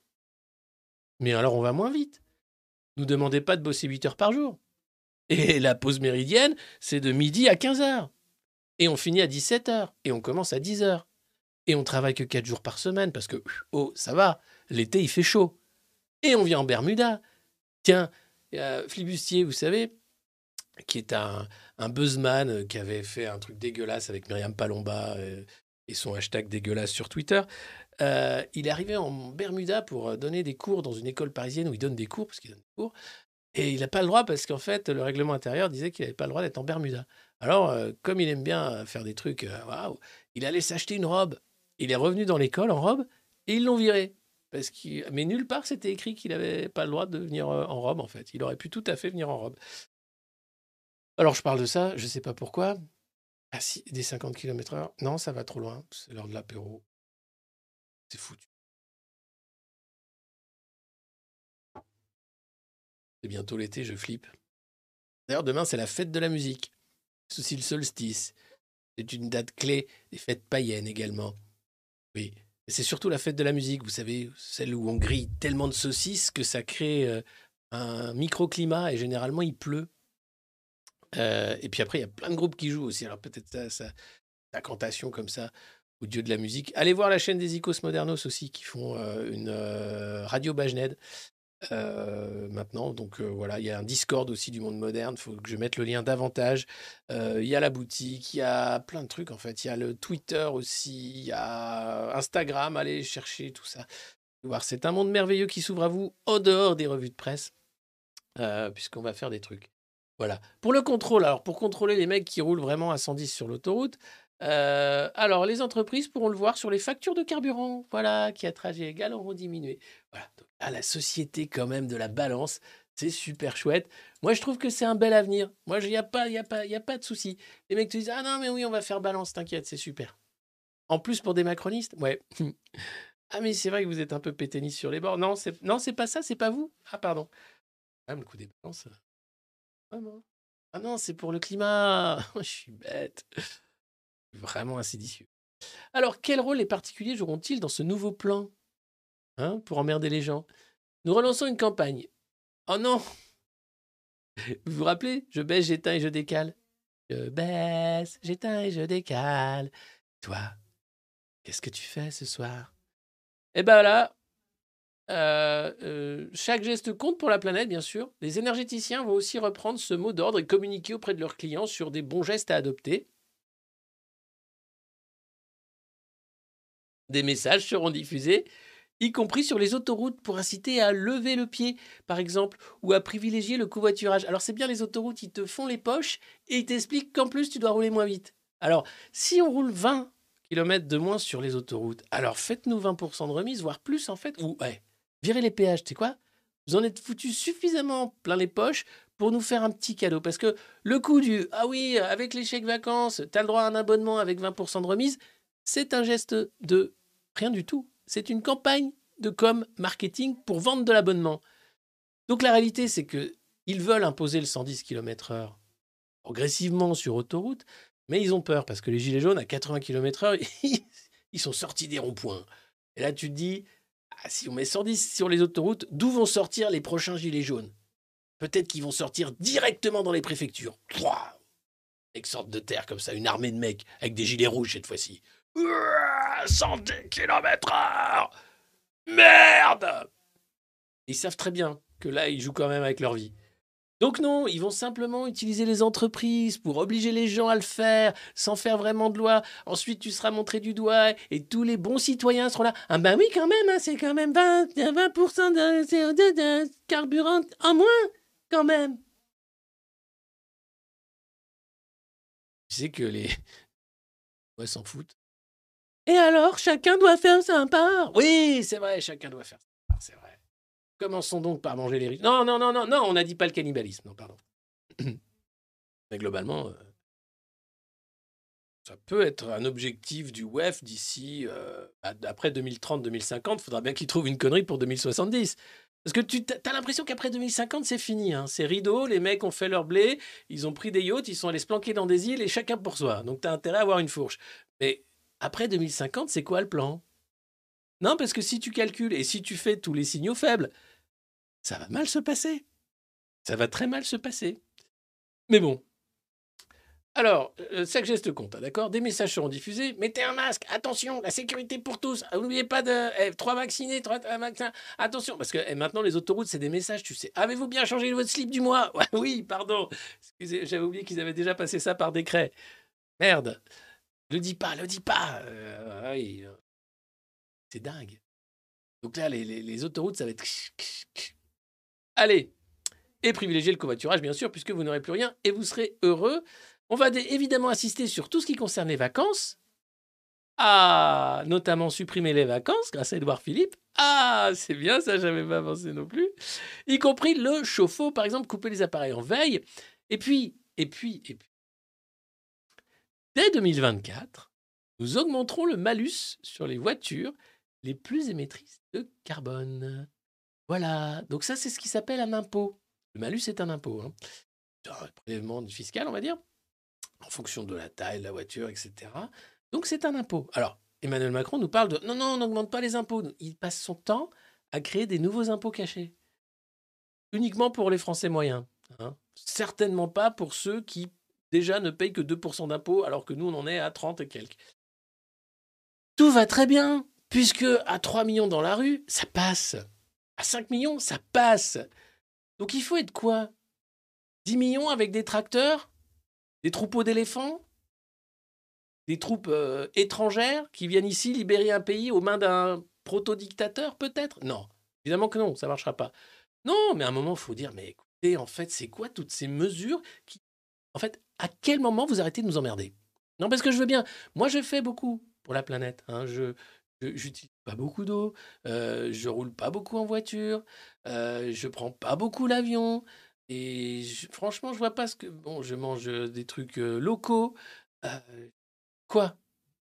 Mais alors, on va moins vite. Nous demandez pas de bosser huit heures par jour. Et la pause méridienne, c'est de midi à quinze heures. Et on finit à dix-sept heures. Et on commence à dix heures. Et on travaille que quatre jours par semaine parce que, oh, ça va, l'été, il fait chaud. Et on vient en Bermuda. Tiens, euh, Flibustier, vous savez, qui est un, un buzzman qui avait fait un truc dégueulasse avec Myriam Palomba euh, et son hashtag dégueulasse sur Twitter. Euh, il est arrivé en Bermuda pour donner des cours dans une école parisienne où il donne des cours, parce qu'il donne des cours. Et il n'a pas le droit parce qu'en fait, le règlement intérieur disait qu'il n'avait pas le droit d'être en Bermuda. Alors, euh, comme il aime bien faire des trucs, euh, waouh, il allait s'acheter une robe. Il est revenu dans l'école en robe et ils l'ont viré. Parce qu'il... Mais nulle part, c'était écrit qu'il n'avait pas le droit de venir en robe, en fait. Il aurait pu tout à fait venir en robe. Alors, je parle de ça, je ne sais pas pourquoi. Ah si, des cinquante kilomètres heure. Non, ça va trop loin. C'est l'heure de l'apéro. C'est foutu. C'est bientôt l'été, je flippe. D'ailleurs, demain, c'est la fête de la musique. C'est aussi le solstice. C'est une date clé des fêtes païennes également. Oui. Et c'est surtout la fête de la musique, vous savez, celle où on grille tellement de saucisses que ça crée euh, un microclimat et généralement il pleut. Euh, et puis après, il y a plein de groupes qui jouent aussi. Alors peut-être ça, ça, la cantation comme ça, au dieu de la musique. Allez voir la chaîne des Icos Modernos aussi, qui font euh, une euh, radio Bajned. Euh, maintenant, donc euh, voilà, il y a un Discord aussi du monde moderne, il faut que je mette le lien davantage. Euh, il y a la boutique, il y a plein de trucs en fait, il y a le Twitter aussi, il y a Instagram, allez chercher tout ça. Voir, c'est un monde merveilleux qui s'ouvre à vous au dehors des revues de presse, euh, puisqu'on va faire des trucs. Voilà. Pour le contrôle, alors pour contrôler les mecs qui roulent vraiment à cent dix sur l'autoroute, euh, alors les entreprises pourront le voir sur les factures de carburant, voilà, qui à trajet égal auront diminué. Voilà. Donc, à la société quand même de la balance, c'est super chouette. Moi, je trouve que c'est un bel avenir. Moi, il n'y a pas, y a pas, y a pas de souci. Les mecs te disent ah non mais oui, on va faire balance, t'inquiète, c'est super. En plus pour des macronistes, ouais. Ah mais c'est vrai que vous êtes un peu péténiste sur les bords. Non, c'est non, c'est pas ça, c'est pas vous. Ah pardon. Ah, le coup des balances. Vraiment. Ah non, c'est pour le climat. Je suis bête. Vraiment insidicieux. Alors, quel rôle les particuliers joueront-ils dans ce nouveau plan, hein, pour emmerder les gens? Nous relançons une campagne. Oh non! Vous vous rappelez? Je baisse, j'éteins et je décale. Je baisse, j'éteins et je décale. Toi, qu'est-ce que tu fais ce soir? Eh ben là, euh, euh, chaque geste compte pour la planète, bien sûr. Les énergéticiens vont aussi reprendre ce mot d'ordre et communiquer auprès de leurs clients sur des bons gestes à adopter. Des messages seront diffusés, y compris sur les autoroutes, pour inciter à lever le pied, par exemple, ou à privilégier le covoiturage. Alors c'est bien, les autoroutes, ils te font les poches et ils t'expliquent qu'en plus, tu dois rouler moins vite. Alors, si on roule vingt kilomètres de moins sur les autoroutes, alors faites-nous vingt pour cent de remise, voire plus en fait, ou ouais, virez les péages, tu sais quoi? Vous en êtes foutu suffisamment plein les poches pour nous faire un petit cadeau. Parce que le coup du « Ah oui, avec les chèques vacances, tu as le droit à un abonnement avec vingt pour cent de remise », c'est un geste de rien du tout. C'est une campagne de com marketing pour vendre de l'abonnement. Donc la réalité, c'est qu'ils veulent imposer le cent dix kilomètres heure progressivement sur autoroute, mais ils ont peur parce que les gilets jaunes à quatre-vingts kilomètres heure, ils sont sortis des ronds-points. Et là, tu te dis, ah, si on met cent dix sur les autoroutes, d'où vont sortir les prochains gilets jaunes? Peut-être qu'ils vont sortir directement dans les préfectures. Mecs sortent de terre comme ça, une armée de mecs avec des gilets rouges cette fois-ci. Ouah, cent dix kilomètres heure. Merde! Ils savent très bien que là, ils jouent quand même avec leur vie. Donc non, ils vont simplement utiliser les entreprises pour obliger les gens à le faire, sans faire vraiment de loi. Ensuite, tu seras montré du doigt et tous les bons citoyens seront là. Ah ben oui, quand même, hein, c'est quand même vingt, vingt pour cent de C O deux de carburant en moins, quand même. Tu sais que les... Ouais, s'en foutent. Et alors, chacun doit faire sa part. Oui, c'est vrai, chacun doit faire sa part, c'est vrai. Commençons donc par manger les riches. Non, non, non, non, non, on n'a dit pas le cannibalisme, non, pardon. Mais globalement, euh, ça peut être un objectif du W E F d'ici, euh, après deux mille trente deux mille cinquante, il faudra bien qu'ils trouvent une connerie pour deux mille soixante-dix. Parce que tu as l'impression qu'après deux mille cinquante, c'est fini. Hein. C'est rideau, les mecs ont fait leur blé, ils ont pris des yachts, ils sont allés se planquer dans des îles et chacun pour soi. Donc tu as intérêt à avoir une fourche. Mais après deux mille cinquante, c'est quoi le plan? Non, parce que si tu calcules et si tu fais tous les signaux faibles, ça va mal se passer. Ça va très mal se passer. Mais bon. Alors, euh, chaque geste compte, hein, d'accord? Des messages seront diffusés. Mettez un masque, attention, la sécurité pour tous. Ah, n'oubliez pas de eh, trois vaccinés, trois vaccins. Attention, parce que eh, maintenant les autoroutes, c'est des messages, tu sais. Avez-vous bien changé votre slip du mois? Ouais, oui, pardon. Excusez, j'avais oublié qu'ils avaient déjà passé ça par décret. Merde. Le dis pas, le dis pas. Euh, oui. C'est dingue. Donc là, les, les, les autoroutes, ça va être... Allez. Et privilégiez le covoiturage, bien sûr, puisque vous n'aurez plus rien et vous serez heureux. On va dé- évidemment insister sur tout ce qui concerne les vacances. Ah, notamment supprimer les vacances grâce à Édouard Philippe. Ah, c'est bien, ça, j'avais pas pensé non plus. Y compris le chauffe-eau, par exemple, couper les appareils en veille. Et puis, et puis, et puis, dès deux mille vingt-quatre, nous augmenterons le malus sur les voitures les plus émettrices de carbone. Voilà, donc ça, c'est ce qui s'appelle un impôt. Le malus est un impôt. Hein. Un prélèvement fiscal, on va dire, en fonction de la taille de la voiture, et cetera. Donc, c'est un impôt. Alors, Emmanuel Macron nous parle de « Non, non, on n'augmente pas les impôts. » Il passe son temps à créer des nouveaux impôts cachés. Uniquement pour les Français moyens. Hein. Certainement pas pour ceux qui, déjà, ne payent que deux pour cent d'impôts, alors que nous, on en est à trente et quelques. Tout va très bien, puisque à trois millions dans la rue, ça passe. À cinq millions, ça passe. Donc, il faut être quoi? dix millions avec des tracteurs? Des troupeaux d'éléphants? Des troupes euh, étrangères qui viennent ici libérer un pays aux mains d'un proto-dictateur, peut-être? Non, évidemment que non, ça ne marchera pas. Non, mais à un moment, il faut dire, mais écoutez, en fait, c'est quoi toutes ces mesures qui... En fait, à quel moment vous arrêtez de nous emmerder? Non, parce que je veux bien. Moi, je fais beaucoup pour la planète. Hein. Je n'utilise pas beaucoup d'eau, euh, je roule pas beaucoup en voiture, euh, je prends pas beaucoup l'avion. Et je, franchement, je vois pas ce que... Bon, je mange des trucs euh, locaux. Euh, quoi?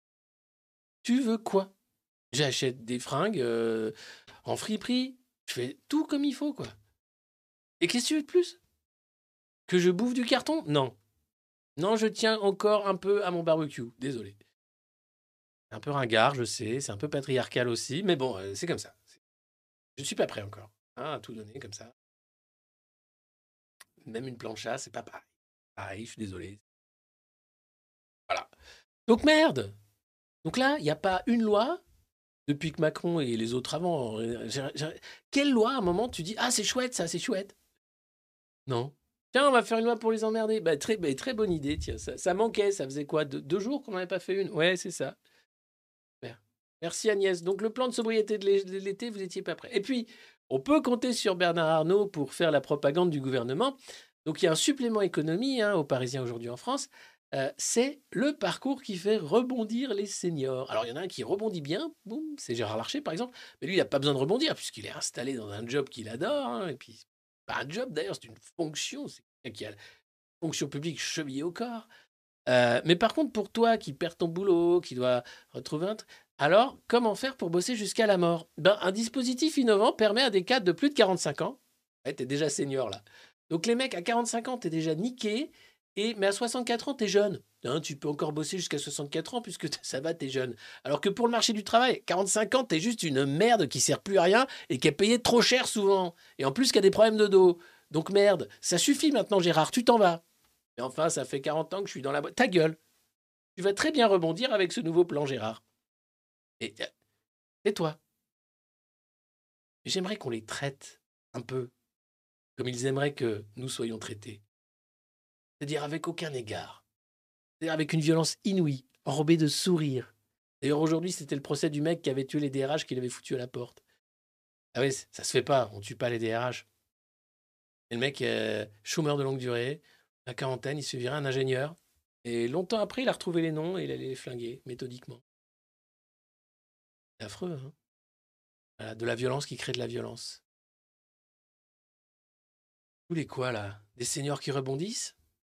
Tu veux quoi? J'achète des fringues euh, en friperie. Je fais tout comme il faut, quoi. Et qu'est-ce que tu veux de plus? Que je bouffe du carton? Non. Non, je tiens encore un peu à mon barbecue. Désolé. C'est un peu ringard, je sais. C'est un peu patriarcal aussi. Mais bon, euh, c'est comme ça. Je ne suis pas prêt encore hein, à tout donner comme ça. Même une plancha, c'est pas pareil. Pareil, je suis désolé. Voilà. Donc merde. Donc là, il n'y a pas une loi, depuis que Macron et les autres avant... j'ai- j'ai- Quelle loi, à un moment, tu dis « Ah, c'est chouette, ça, c'est chouette ». Non. Tiens, on va faire une loi pour les emmerder. Bah, très, bah, très bonne idée, tiens. Ça, ça manquait, ça faisait quoi? Deux, deux jours qu'on n'avait pas fait une? Ouais, c'est ça. Super. Merci Agnès. Donc le plan de sobriété de l'é- de l'été, vous n'étiez pas prêt. Et puis, on peut compter sur Bernard Arnault pour faire la propagande du gouvernement. Donc il y a un supplément économie hein, aux Parisiens aujourd'hui en France. Euh, c'est le parcours qui fait rebondir les seniors. Alors il y en a un qui rebondit bien, boum, c'est Gérard Larcher par exemple. Mais lui, il n'a pas besoin de rebondir puisqu'il est installé dans un job qu'il adore. Hein, et puis, c'est pas un job d'ailleurs, c'est une fonction. C'est quelqu'un qui a la fonction publique chevillée au corps. Euh, mais par contre, pour toi qui perds ton boulot, qui doit retrouver un... tr- Alors, comment faire pour bosser jusqu'à la mort? Ben, un dispositif innovant permet à des cadres de plus de quarante-cinq ans, ouais, t'es déjà senior là. Donc les mecs à quarante-cinq ans, t'es déjà niqué, et, mais à soixante-quatre ans, t'es jeune. Hein, tu peux encore bosser jusqu'à soixante-quatre ans puisque t- ça va, t'es jeune. Alors que pour le marché du travail, quarante-cinq ans, t'es juste une merde qui sert plus à rien et qui est payée trop cher souvent. Et en plus, qui a des problèmes de dos. Donc merde, ça suffit maintenant Gérard, tu t'en vas. Mais enfin, ça fait quarante ans que je suis dans la boîte. Ta gueule. Tu vas très bien rebondir avec ce nouveau plan, Gérard. Et, et toi? J'aimerais qu'on les traite un peu comme ils aimeraient que nous soyons traités. C'est-à-dire avec aucun égard. C'est-à-dire avec une violence inouïe, enrobée de sourires. D'ailleurs, aujourd'hui, c'était le procès du mec qui avait tué les D R H qu'il avait foutu à la porte. Ah oui, ça se fait pas, on tue pas les D R H. Et le mec, euh, chômeur de longue durée, à la quarantaine, il se virait un ingénieur. Et longtemps après, il a retrouvé les noms et il allait les flinguer, méthodiquement. C'est affreux, hein. Voilà, de la violence qui crée de la violence. Tous les quoi, là? Des seniors qui rebondissent?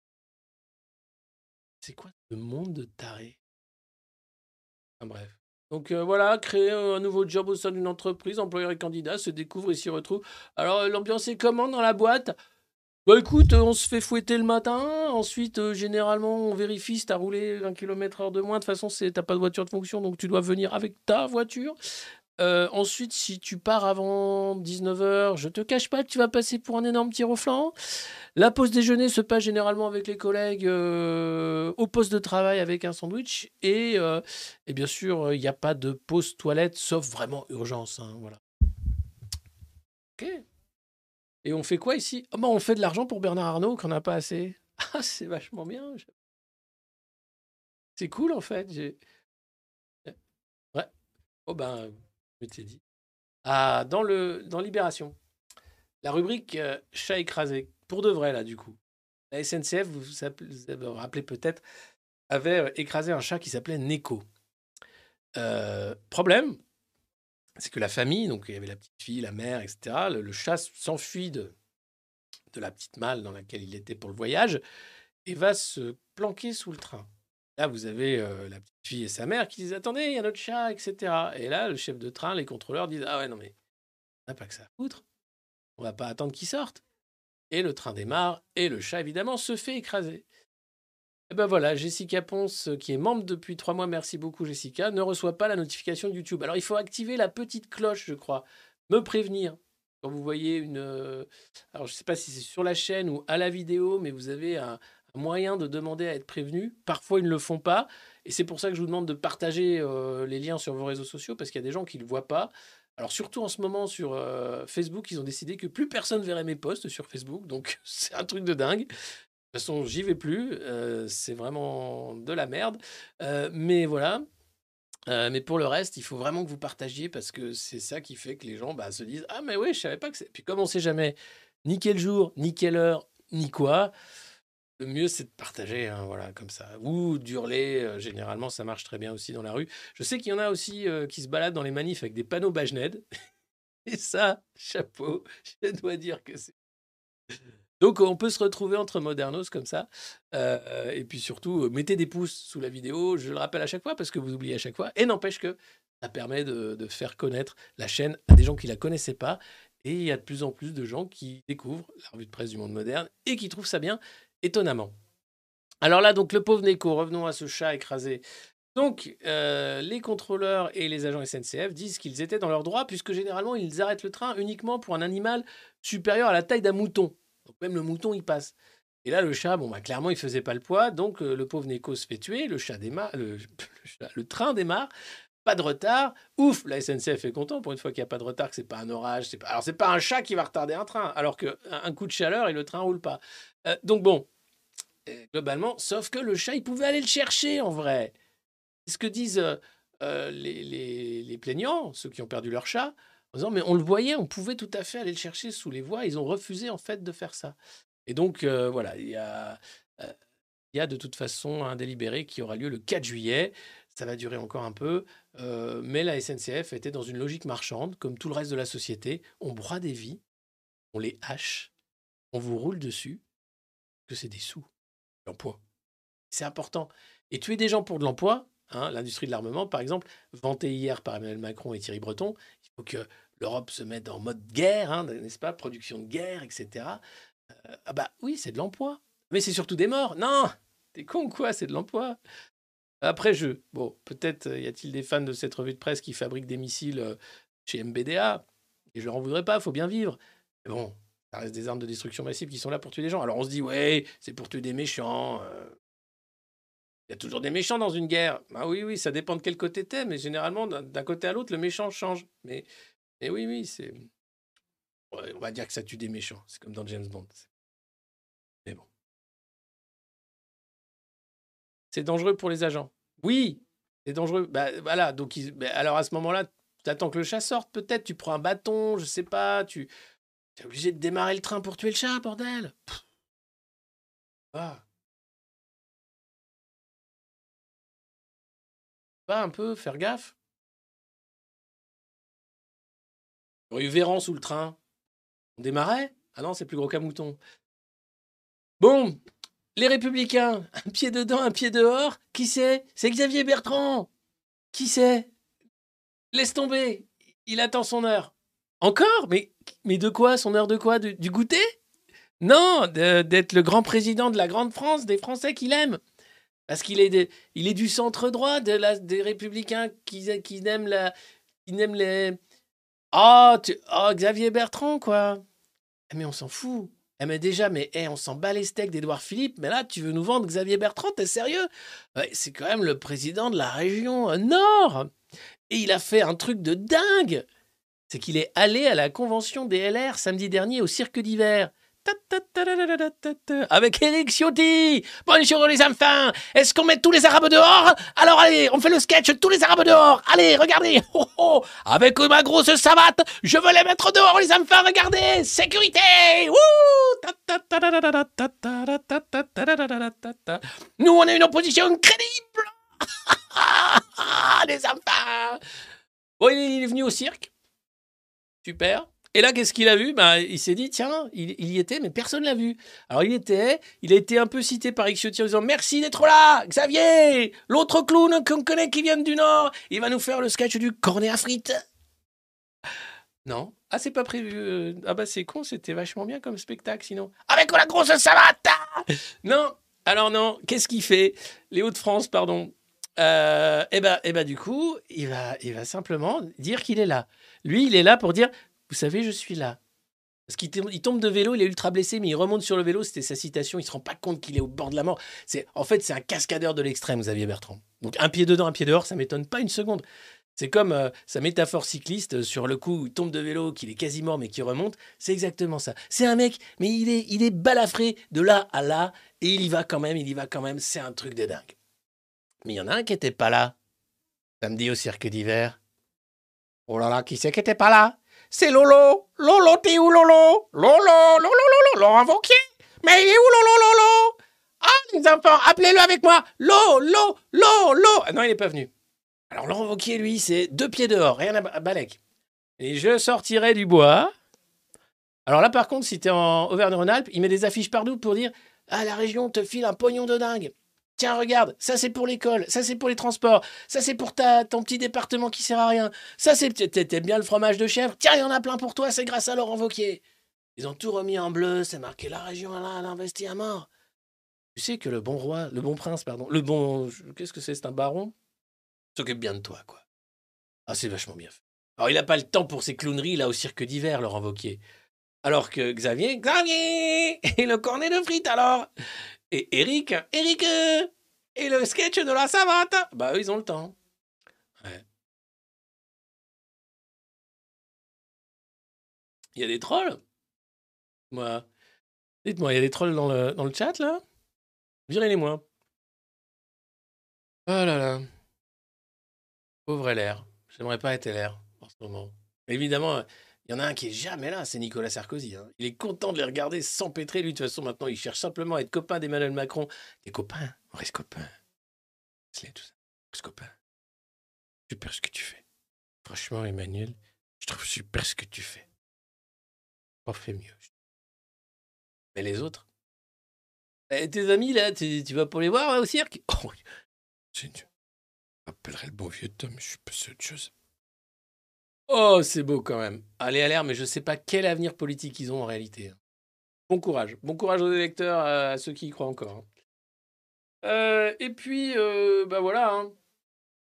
C'est quoi ce monde de tarés? Enfin bref. Donc euh, voilà, créer un nouveau job au sein d'une entreprise, employeur et candidat se découvrent et s'y retrouvent. Alors euh, l'ambiance est comment dans la boîte? Bah écoute, euh, on se fait fouetter le matin, ensuite euh, généralement on vérifie si t'as roulé un kilomètre heure de moins, de toute façon c'est- t'as pas de voiture de fonction donc tu dois venir avec ta voiture. Euh, ensuite, si tu pars avant dix-neuf heures, je te cache pas que tu vas passer pour un énorme tir au flanc. La pause déjeuner se passe généralement avec les collègues euh, au poste de travail avec un sandwich. Et, euh, et bien sûr, il n'y a pas de pause toilette, sauf vraiment urgence, hein, voilà. Ok. Et on fait quoi ici? Ah bah, on fait de l'argent pour Bernard Arnault qu'on n'a pas assez. Ah, c'est vachement bien. C'est cool en fait. J'ai- Ouais. Oh ben, je t'ai dit. Ah, dans, le, dans Libération, la rubrique euh, chat écrasé, pour de vrai là du coup. La S N C F, vous vous appelez- vous avez rappelé peut-être, avait euh, écrasé un chat qui s'appelait Neko. Euh, problème, c'est que la famille, donc il y avait la petite fille, la mère, et cetera. Le, le chat s'enfuit de, de la petite malle dans laquelle il était pour le voyage et va se planquer sous le train. Là, vous avez euh, la petite fille et sa mère qui disent attendez, il y a notre chat, et cetera. Et là, le chef de train, les contrôleurs disent ah ouais, non mais on n'a pas que ça à foutre. On va pas attendre qu'il sorte. Et le train démarre et le chat, évidemment, se fait écraser. Et ben voilà, Jessica Ponce, qui est membre depuis trois mois, merci beaucoup Jessica, ne reçoit pas la notification de YouTube. Alors il faut activer la petite cloche, je crois, me prévenir. Quand vous voyez une... euh, Alors je ne sais pas si c'est sur la chaîne ou à la vidéo, mais vous avez un, un moyen de demander à être prévenu. Parfois ils ne le font pas. Et c'est pour ça que je vous demande de partager euh, les liens sur vos réseaux sociaux, parce qu'il y a des gens qui ne le voient pas. Alors surtout en ce moment sur euh, Facebook, ils ont décidé que plus personne verrait mes posts sur Facebook. Donc c'est un truc de dingue. De toute façon, j'y vais plus. euh, c'est vraiment de la merde. Euh, mais voilà. Euh, mais pour le reste, il faut vraiment que vous partagiez parce que c'est ça qui fait que les gens bah, se disent ah mais oui, je savais pas que c'est. Puis comme on sait jamais ni quel jour, ni quelle heure, ni quoi, le mieux c'est de partager, hein, voilà, comme ça. Ou d'hurler. euh, généralement, ça marche très bien aussi dans la rue. Je sais qu'il y en a aussi euh, qui se baladent dans les manifs avec des panneaux Bajned. Et ça, chapeau, je dois dire que c'est. Donc, on peut se retrouver entre modernos comme ça. Euh, et puis surtout, euh, mettez des pouces sous la vidéo. Je le rappelle à chaque fois parce que vous oubliez à chaque fois. Et n'empêche que ça permet de, de faire connaître la chaîne à des gens qui ne la connaissaient pas. Et il y a de plus en plus de gens qui découvrent la revue de presse du monde moderne et qui trouvent ça bien, étonnamment. Alors là, donc, le pauvre Neko, revenons à ce chat écrasé. Donc, euh, les contrôleurs et les agents S N C F disent qu'ils étaient dans leur droit puisque généralement, ils arrêtent le train uniquement pour un animal supérieur à la taille d'un mouton. Donc même le mouton, il passe. Et là, le chat, bon, bah, clairement, il faisait pas le poids. Donc, euh, le pauvre Neko se fait tuer. Le, chat démarre, le, le chat- le train démarre. Pas de retard. Ouf, la S N C F est content pour une fois qu'il n'y a pas de retard, que c'est pas un orage. C'est pas... Alors, c'est pas un chat qui va retarder un train, alors qu'un un coup de chaleur et le train roule pas. Euh, donc, bon, euh, globalement, sauf que le chat, il pouvait aller le chercher en vrai. C'est ce que disent euh, euh, les, les- les plaignants, ceux qui ont perdu leur chat, en disant mais on le voyait, on pouvait tout à fait aller le chercher sous les voies. Ils ont refusé en fait de faire ça. Et donc euh, voilà, il y a, euh, il y a de toute façon un délibéré qui aura lieu le quatre juillet. Ça va durer encore un peu, euh, mais la S N C F était dans une logique marchande, comme tout le reste de la société. On broie des vies, on les hache, on vous roule dessus, que c'est des sous, l'emploi. C'est important. Et tuer des gens pour de l'emploi, hein, l'industrie de l'armement, par exemple, vantée hier par Emmanuel Macron et Thierry Breton, il faut que l'Europe se mette en mode guerre, hein, n'est-ce pas, production de guerre, et cetera. Euh, ah bah oui, c'est de l'emploi. Mais c'est surtout des morts. Non, t'es con ou quoi, c'est de l'emploi. Après, je, bon, peut-être euh, y a-t-il des fans de cette revue de presse qui fabriquent des missiles euh, chez M B D A, et je leur en voudrais pas, faut bien vivre. Mais bon, Ça reste des armes de destruction massive qui sont là pour tuer des gens. Alors on se dit, ouais, c'est pour tuer des méchants. euh, Il y a toujours des méchants dans une guerre. Ah oui, oui, ça dépend de quel côté t'es, mais généralement, d'un d'un côté à l'autre, le méchant change. Mais, mais oui, oui, c'est... ouais, on va dire que ça tue des méchants. C'est comme dans James Bond. C'est- Mais bon. C'est dangereux pour les agents. Oui, c'est dangereux. Bah, voilà, donc ils- bah, alors à ce moment-là, tu attends que le chat sorte, peut-être, tu prends un bâton, je sais pas, tu es obligé de démarrer le train pour tuer le chat, bordel. Pff, va, va un peu, faire gaffe. Il y aurait eu Véran sous le train. On démarrait? Ah non, c'est plus gros qu'un mouton. Bon, les Républicains, un pied dedans, un pied dehors. Qui c'est? C'est Xavier Bertrand. Qui c'est? Laisse tomber. Il attend son heure. Encore? Mais, mais de quoi? Son heure de quoi? Du, du goûter? Non, de- d'être le grand président de la grande France, des Français qu'il aime. Parce qu'il est, de- il est du centre droit, de la, des Républicains qui, qui aiment la, qui aiment les. Oh, tu- oh, Xavier Bertrand, quoi. Eh, mais on s'en fout. Eh, mais déjà, mais eh, on s'en bat les steaks d'Édouard Philippe. Mais là, tu veux nous vendre Xavier Bertrand? T'es sérieux? Ouais, c'est quand même le président de la région euh, Nord. Et il a fait un truc de dingue. C'est qu'il est allé à la convention des L R samedi dernier au Cirque d'hiver. Ta, ta, ta, ta, ta, ta, ta, ta, avec Éric Ciotti. Bonjour les enfants. Est-ce qu'on met tous les Arabes dehors? Alors allez, on fait le sketch tous les Arabes dehors. Allez, regardez. Oh, oh. Avec ma grosse savate, je veux les mettre dehors les enfants. Regardez. Sécurité. Wouh. Ta, ta, ta, ta, ta, ta, ta, ta, ta, ta, ta, ta, ta, ta, ta. Nous, on est une opposition crédible. Les enfants. Bon, il est venu au cirque. Super. Et là, qu'est-ce qu'il a vu? Ben, il s'est dit, tiens, il, il y était, mais personne ne l'a vu. Alors, il était, il a été un peu cité par Éric Ciotti en disant, merci d'être là, Xavier, l'autre clown qu'on connaît qui vient du Nord, il va nous faire le sketch du cornet à frites. Non. Ah, c'est pas prévu. euh, Ah bah, c'est con, c'était vachement bien comme spectacle, sinon. Avec la grosse savate. Non. Alors, non. Qu'est-ce qu'il fait? Les Hauts-de-France, pardon. Euh, et ben, et ben, du coup, il va, il va simplement dire qu'il est là. Lui, il est là pour dire, vous savez, je suis là. Parce qu'il tom- il tombe de vélo, il est ultra blessé, mais il remonte sur le vélo, c'était sa citation, il se rend pas compte qu'il est au bord de la mort. C'est, en fait, c'est un cascadeur de l'extrême, Xavier Bertrand. Donc un pied dedans, un pied dehors, ça m'étonne pas une seconde. C'est comme euh, sa métaphore cycliste euh, sur le coup où il tombe de vélo, qu'il est quasi mort, mais qui remonte. C'est exactement ça. C'est un mec, mais il est, il est balafré de là à là, et il y va quand même, il y va quand même, c'est un truc de dingue. Mais il y en a un qui était pas là, samedi au cirque d'hiver. Oh là là, qui c'est qui était pas là? C'est Lolo. Lolo, t'es où, Lolo? Lolo, Lolo, Lolo, Laurent Wauquiez. Mais il est où, Lolo, Lolo? Ah, les enfants, appelez-le avec moi. Lolo, Lolo. Ah non, il n'est pas venu. Alors, Laurent Wauquiez, lui, c'est deux pieds dehors, rien à ba- à balèque. Et je sortirai du bois. Alors là, par contre, si t'es en Auvergne-Rhône-Alpes, il met des affiches partout pour dire « Ah, la région te file un pognon de dingue. Tiens, regarde, ça c'est pour l'école, ça c'est pour les transports, ça c'est pour ta, ton petit département qui sert à rien, ça c'est... T'aimes bien le fromage de chèvre? Tiens, il y en a plein pour toi, c'est grâce à Laurent Wauquiez. » Ils ont tout remis en bleu, c'est marqué « La région, là, elle a investi à mort. » Tu sais que le bon roi, le bon prince, pardon, le bon... Qu'est-ce que c'est? C'est un baron? S'occupe bien de toi, quoi. Ah, c'est vachement bien fait. Alors, il n'a pas le temps pour ses clowneries, là, au cirque d'hiver, Laurent Wauquiez. Alors que Xavier... Xavier! Et le cornet de frites, alors? Et Eric, Eric, euh, et le sketch de la savate. Bah, eux, ils ont le temps. Ouais. Il y a des trolls? Moi. Dites-moi, il y a des trolls dans le, dans le chat, là? Virez-les-moi. Oh là là. Pauvre L R. J'aimerais pas être L R en ce moment. Évidemment, il y en a un qui est jamais là, c'est Nicolas Sarkozy. Hein. Il est content de les regarder s'empêtrer. Lui, de toute façon, maintenant, il cherche simplement à être copain d'Emmanuel Macron. Des copains, on reste copains. C'est tout ça. On reste copains. Super ce que tu fais. Franchement, Emmanuel, je trouve super ce que tu fais. On fait mieux. Mais les autres? Eh, tes amis, là, tu, tu vas pour les voir, là, au cirque? Oh, je rappellerai le bon vieux Tom, je suis passé à autre chose. Oh, c'est beau quand même. Allez à l'air, mais je sais pas quel avenir politique ils ont en réalité. Bon courage. Bon courage aux électeurs, à ceux qui y croient encore. Euh, et puis, euh, bah voilà. Hein.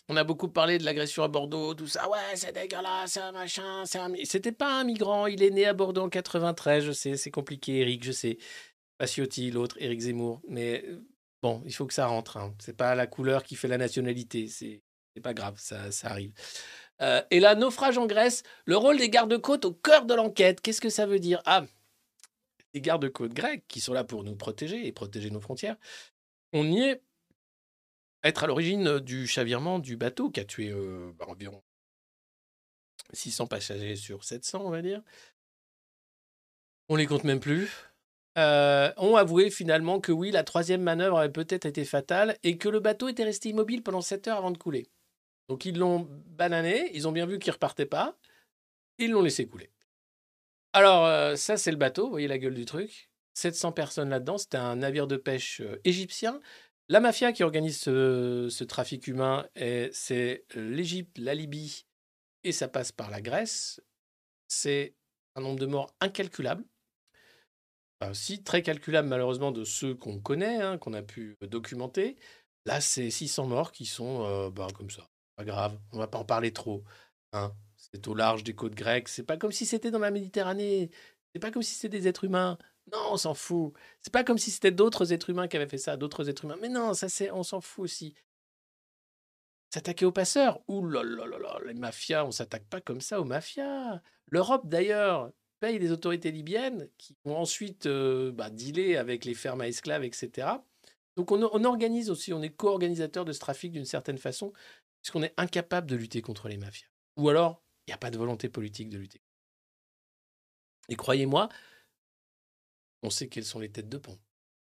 On a beaucoup parlé de l'agression à Bordeaux, tout ça. Ouais, c'est dégueulasse, c'est un machin, c'est un... mi- C'était pas un migrant, il est né à Bordeaux en quatre-vingt-treize, je sais, c'est compliqué, Eric, je sais. Pas Ciotti, l'autre, Éric Zemmour. Mais euh, bon, il faut que ça rentre. Hein. C'est pas la couleur qui fait la nationalité. C'est c'est pas grave, ça, ça arrive. Euh, et là, naufrage en Grèce, le rôle des gardes-côtes au cœur de l'enquête. Qu'est-ce que ça veut dire? Ah, les gardes-côtes grecs qui sont là pour nous protéger et protéger nos frontières. On y est être à l'origine euh, du chavirement du bateau qui a tué euh, bah, environ six cents passagers sur sept cents, on va dire. On les compte même plus. Euh, ont avoué finalement que oui, la troisième manœuvre avait peut-être été fatale et que le bateau était resté immobile pendant sept heures avant de couler. Donc ils l'ont banané, ils ont bien vu qu'il ne repartait pas, ils l'ont laissé couler. Alors euh, ça c'est le bateau, vous voyez la gueule du truc. sept cents personnes là-dedans, c'était un navire de pêche euh, égyptien. La mafia qui organise ce, ce trafic humain, est- c'est l'Égypte, la Libye et ça passe par la Grèce. C'est un nombre de morts incalculable. Enfin, aussi très calculable malheureusement de ceux qu'on connaît, hein, qu'on a pu documenter. Là, c'est six cents morts qui sont euh, bah, comme ça. Pas grave, on va pas en parler trop. Hein. C'est au large des côtes grecques. C'est pas comme si c'était dans la Méditerranée. C'est pas comme si c'était des êtres humains. Non, on s'en fout. C'est pas comme si c'était d'autres êtres humains qui avaient fait ça, d'autres êtres humains. Mais non, ça c'est, on s'en fout aussi. S'attaquer aux passeurs. Ouh là là là là, les mafias, on s'attaque pas comme ça aux mafias. L'Europe d'ailleurs paye les autorités libyennes qui vont ensuite euh, bah, dealer avec les fermes à esclaves, et cetera. Donc on, on organise aussi, on est co-organisateur de ce trafic d'une certaine façon, puisqu'on est incapable de lutter contre les mafias. Ou alors, il n'y a pas de volonté politique de lutter. Et croyez-moi, on sait quelles sont les têtes de pont.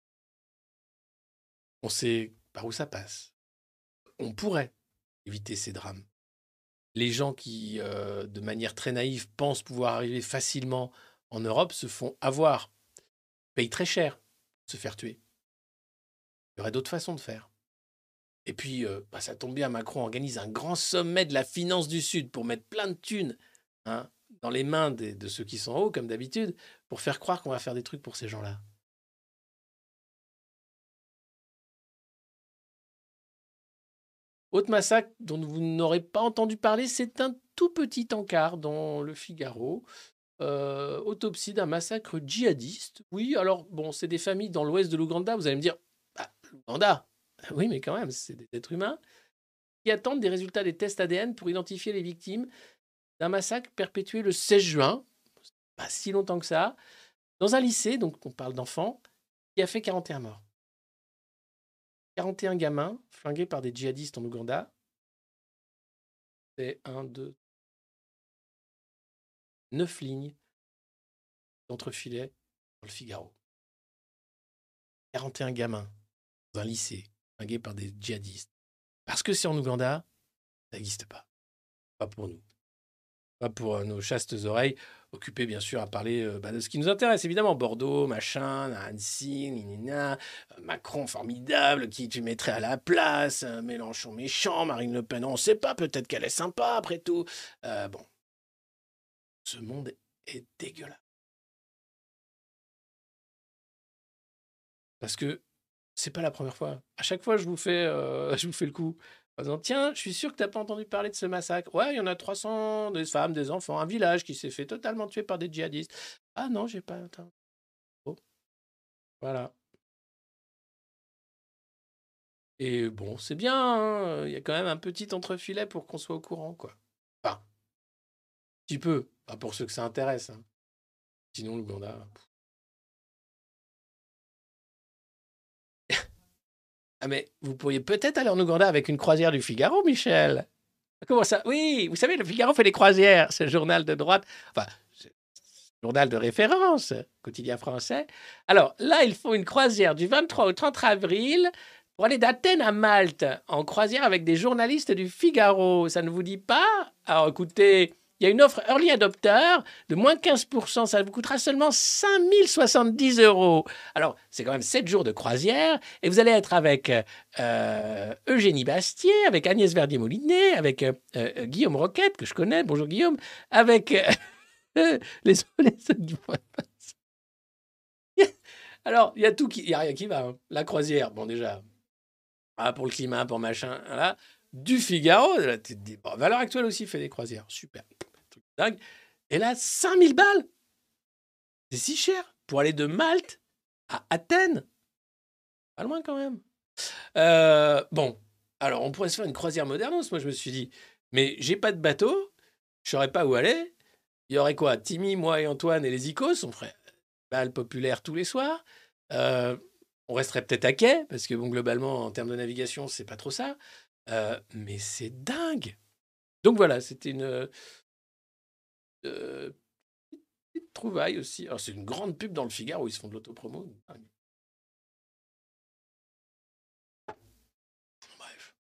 On sait par où ça passe. On pourrait éviter ces drames. Les gens qui, euh, de manière très naïve, pensent pouvoir arriver facilement en Europe se font avoir, payent très cher pour se faire tuer. Il y aurait d'autres façons de faire. Et puis, euh, bah, ça tombe bien, Macron organise un grand sommet de la finance du Sud pour mettre plein de thunes hein, dans les mains des, de ceux qui sont en haut, comme d'habitude, pour faire croire qu'on va faire des trucs pour ces gens-là. Autre massacre dont vous n'aurez pas entendu parler, c'est un tout petit encart dans le Figaro. Euh, autopsie d'un massacre djihadiste. Oui, alors, bon, c'est des familles dans l'ouest de l'Ouganda. Vous allez me dire, bah, l'Ouganda, oui, mais quand même, c'est des êtres humains qui attendent des résultats des tests A D N pour identifier les victimes d'un massacre perpétué le seize juin, pas si longtemps que ça, dans un lycée, donc on parle d'enfants, qui a fait quarante et un morts. quarante et un gamins flingués par des djihadistes en Ouganda. C'est un, deux, neuf lignes d'entrefilets dans le Figaro. quarante et un gamins dans un lycée flingués par des djihadistes. Parce que c'est en Ouganda, ça n'existe pas. Pas pour nous. Pas pour euh, nos chastes oreilles, occupées bien sûr à parler euh, bah, de ce qui nous intéresse, évidemment. Bordeaux, machin, Annecy, Nina, euh, Macron formidable, qui tu mettrais à la place, euh, Mélenchon méchant, Marine Le Pen, on ne sait pas, peut-être qu'elle est sympa après tout. Euh, bon, ce monde est dégueulasse. Parce que c'est pas la première fois. À chaque fois, je vous fais, euh, je vous fais le coup. En disant, tiens, je suis sûr que tu n'as pas entendu parler de ce massacre. Ouais, il y en a trois cents, des femmes, des enfants, un village qui s'est fait totalement tuer par des djihadistes. Ah non, j'ai pas... Attends. Oh, voilà. Et bon, c'est bien, hein, il y a quand même un petit entrefilet pour qu'on soit au courant, quoi. Enfin, un petit peu, pas pour ceux que ça intéresse. Hein. Sinon, l'Ouganda... Ah mais vous pourriez peut-être aller en Ouganda avec une croisière du Figaro, Michel. Comment ça? Oui, vous savez, le Figaro fait des croisières, c'est le journal de droite, enfin, c'est le journal de référence, quotidien français. Alors là, ils font une croisière du vingt-trois au trente avril pour aller d'Athènes à Malte, en croisière avec des journalistes du Figaro. Ça ne vous dit pas? Alors écoutez, il y a une offre Early Adopter de moins quinze pour cent. Ça vous coûtera seulement cinq mille soixante-dix euros. Alors, c'est quand même sept jours de croisière. Et vous allez être avec euh, Eugénie Bastier, avec Agnès Verdier-Molinet, avec euh, euh, Guillaume Roquette, que je connais. Bonjour Guillaume. Avec euh, les, les Alors, il y a tout qui... Il n'y a rien qui va. Hein. La croisière, bon déjà, ah, pour le climat, pour machin, voilà. du Figaro. Là, tu te dis, bon, Valeurs Actuelles aussi fait des croisières. Super. Truc dingue. Et là, cinq mille balles. C'est si cher pour aller de Malte à Athènes. Pas loin quand même. Euh, bon, alors on pourrait se faire une croisière modernos, moi je me suis dit. Mais j'ai pas de bateau, je saurais pas où aller. Il y aurait quoi? Timmy, moi et Antoine et les Icos, on ferait balle populaire tous les soirs. Euh, on resterait peut-être à quai, parce que bon, globalement, en termes de navigation, c'est pas trop ça. Euh, mais c'est dingue. Donc voilà, c'était une euh, petite trouvaille aussi. Alors c'est une grande pub dans le Figaro où ils se font de l'autopromo. Dingue. Bref.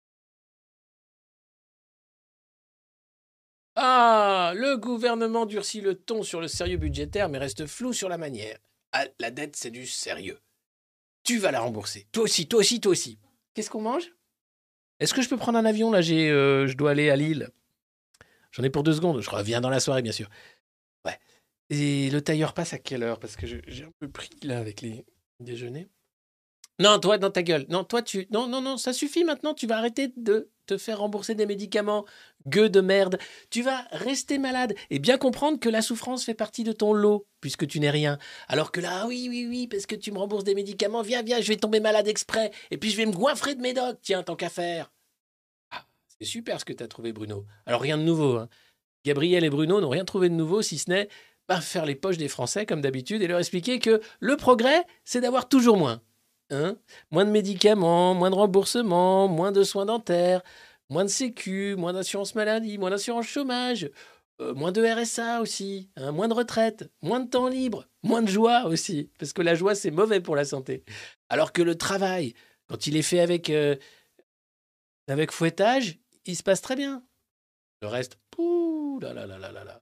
Ah, le gouvernement durcit le ton sur le sérieux budgétaire, mais reste flou sur la manière. Ah, la dette, c'est du sérieux. Tu vas la rembourser. Toi aussi, toi aussi, toi aussi. Qu'est-ce qu'on mange? Est-ce que je peux prendre un avion? Là, j'ai, euh, je dois aller à Lille. J'en ai pour deux secondes. Je reviens dans la soirée, bien sûr. Ouais. Et le tailleur passe à quelle heure? Parce que je- j'ai un peu pris, là, avec les déjeuners. Non, toi, dans ta gueule. Non, toi, tu... Non, non, non, ça suffit maintenant. Tu vas arrêter de te faire rembourser des médicaments. Gueux de merde. Tu vas rester malade et bien comprendre que la souffrance fait partie de ton lot, puisque tu n'es rien. Alors que là, oui, oui, oui, parce que tu me rembourses des médicaments, viens, viens, je vais tomber malade exprès. Et puis je vais me goinfrer de médoc, tiens, tant qu'à faire. Ah, c'est super ce que tu as trouvé, Bruno. Alors, rien de nouveau, hein. Gabriel et Bruno n'ont rien trouvé de nouveau, si ce n'est bah, faire les poches des Français, comme d'habitude, et leur expliquer que le progrès, c'est d'avoir toujours moins. Hein, moins de médicaments, moins de remboursements, moins de soins dentaires, moins de sécu, moins d'assurance maladie, moins d'assurance chômage, euh, moins de R S A aussi, hein, moins de retraite, moins de temps libre, moins de joie aussi, parce que la joie, c'est mauvais pour la santé. Alors que le travail, quand il est fait avec, euh, avec fouettage, il se passe très bien. Le reste, pouh, là là là là là là.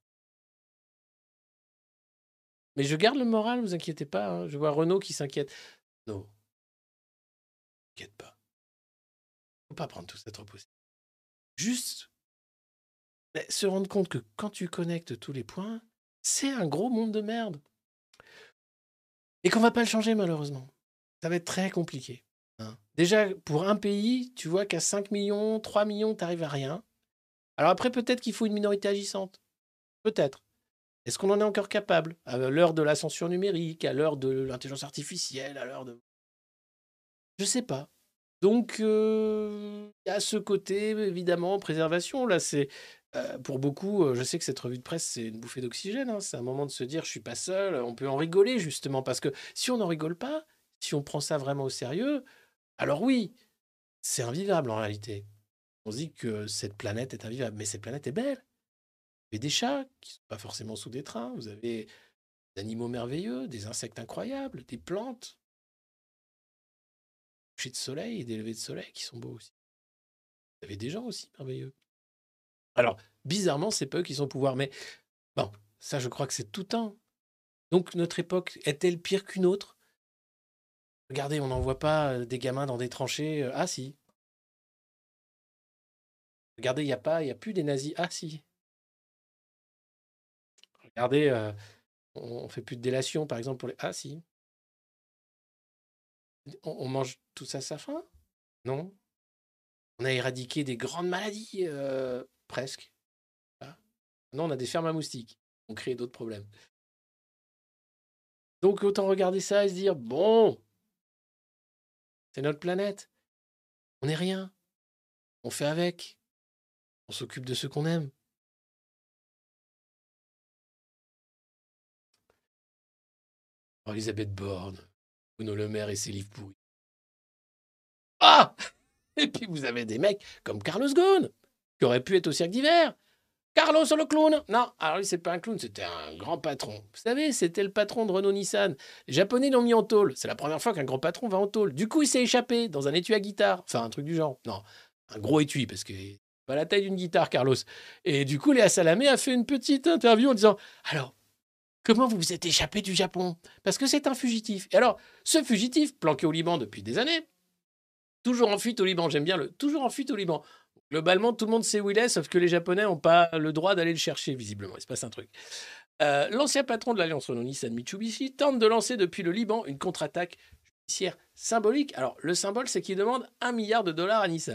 Mais je garde le moral, vous inquiétez pas, hein. Je vois Renaud qui s'inquiète. Non, t'inquiète pas. Faut pas prendre tout ça trop possible. Juste mais se rendre compte que quand tu connectes tous les points, c'est un gros monde de merde. Et qu'on va pas le changer malheureusement. Ça va être très compliqué. Hein. Déjà, pour un pays, tu vois qu'à cinq millions, trois millions, t'arrives à rien. Alors après, peut-être qu'il faut une minorité agissante. Peut-être. Est-ce qu'on en est encore capable? À l'heure de l'ascension numérique, à l'heure de l'intelligence artificielle, à l'heure de... Je sais pas. Donc, euh, il y a ce côté, évidemment, préservation. Là, c'est euh, pour beaucoup, euh, je sais que cette revue de presse, c'est une bouffée d'oxygène. Hein. C'est un moment de se dire, je suis pas seul. On peut en rigoler, justement, parce que si on n'en rigole pas, si on prend ça vraiment au sérieux, alors oui, c'est invivable en réalité. On se dit que cette planète est invivable, mais cette planète est belle. Vous avez des chats qui sont pas forcément sous des trains. Vous avez des animaux merveilleux, des insectes incroyables, des plantes, des couchers de soleil et des levées de soleil qui sont beaux aussi. Vous avez des gens aussi merveilleux. Alors, bizarrement, c'est pas eux qui sont au pouvoir, mais bon, ça, je crois que c'est tout un. Donc, notre époque est-elle pire qu'une autre? Regardez, on n'envoie pas euh, des gamins dans des tranchées. euh, Ah, si. Regardez, il n'y a pas, il y a plus des nazis. Ah, si. Regardez, euh, on, on fait plus de délation, par exemple, pour les. Ah, si. On, on mange tout ça à sa faim? Non. On a éradiqué des grandes maladies, euh, presque. Ah. Non, on a des fermes à moustiques. On crée d'autres problèmes. Donc, autant regarder ça et se dire, bon, c'est notre planète. On n'est rien. On fait avec. On s'occupe de ceux qu'on aime. Oh, Elisabeth Borne, Bruno Le Maire et ses livres pourris. Ah! Et puis vous avez des mecs comme Carlos Ghosn, qui aurait pu être au cirque d'hiver. Carlos le clown! Non, alors lui, c'est pas un clown, c'était un grand patron. Vous savez, c'était le patron de Renault-Nissan. Les Japonais l'ont mis en tôle. C'est la première fois qu'un grand patron va en tôle. Du coup, il s'est échappé dans un étui à guitare. Enfin, un truc du genre. Non, un gros étui, parce que pas la taille d'une guitare, Carlos. Et du coup, Léa Salamé a fait une petite interview en disant « Alors, comment vous vous êtes échappé du Japon? Parce que c'est un fugitif. » Et alors, ce fugitif, planqué au Liban depuis des années, toujours en fuite au Liban, j'aime bien le toujours en fuite au Liban. Globalement, tout le monde sait où il est, sauf que les Japonais n'ont pas le droit d'aller le chercher, visiblement. Il se passe un truc. Euh, L'ancien patron de l'Alliance Renault-Nissan Mitsubishi tente de lancer depuis le Liban une contre-attaque judiciaire symbolique. Alors, le symbole, c'est qu'il demande un milliard de dollars à Nissan.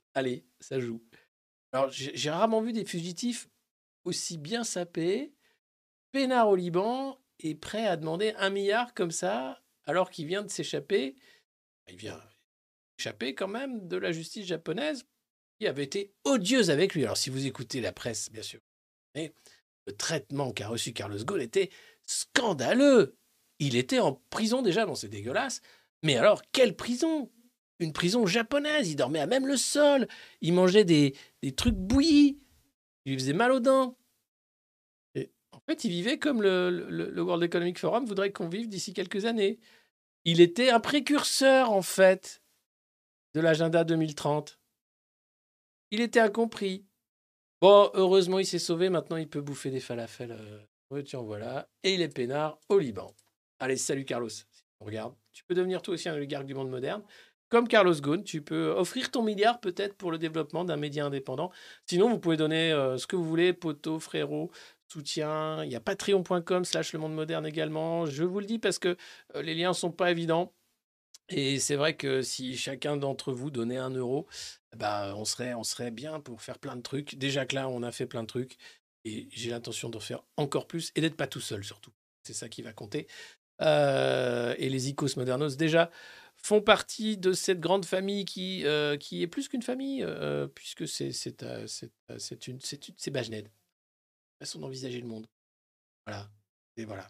Allez, ça joue. Alors, j'ai j'ai rarement vu des fugitifs aussi bien sapés, peinards au Liban et prêts à demander un milliard comme ça, alors qu'il vient de s'échapper. Il vient échapper quand même de la justice japonaise qui avait été odieuse avec lui. Alors, si vous écoutez la presse, bien sûr, mais le traitement qu'a reçu Carlos Ghosn était scandaleux. Il était en prison déjà, bon, c'est dégueulasse. Mais alors, quelle prison? Une prison japonaise. Il dormait à même le sol. Il mangeait des, des trucs bouillis. Il lui faisait mal aux dents. Et en fait, il vivait comme le, le, le World Economic Forum voudrait qu'on vive d'ici quelques années. Il était un précurseur, en fait, de l'agenda deux mille trente. Il était incompris. Bon, heureusement, il s'est sauvé. Maintenant, il peut bouffer des falafels. Euh, tiens, voilà. Et il est peinard au Liban. Allez, salut Carlos. Si tu regardes, tu peux devenir toi aussi un oligarque du monde moderne. Comme Carlos Ghosn, tu peux offrir ton milliard peut-être pour le développement d'un média indépendant. Sinon, vous pouvez donner euh, ce que vous voulez, poteau, frérot, soutien. Il y a patreon point com slash le monde moderne également. Je vous le dis parce que euh, les liens ne sont pas évidents. Et c'est vrai que si chacun d'entre vous donnait un euro, bah, on, serait, on serait bien pour faire plein de trucs. Déjà que là, on a fait plein de trucs. Et j'ai l'intention d'en faire encore plus et d'être pas tout seul surtout. C'est ça qui va compter. Euh, et les Icos Modernos, déjà, font partie de cette grande famille qui, euh, qui est plus qu'une famille, euh, puisque c'est, c'est, euh, c'est, euh, c'est, une, c'est, une, c'est Bajned. Façon d'envisager le monde. Voilà. Et voilà.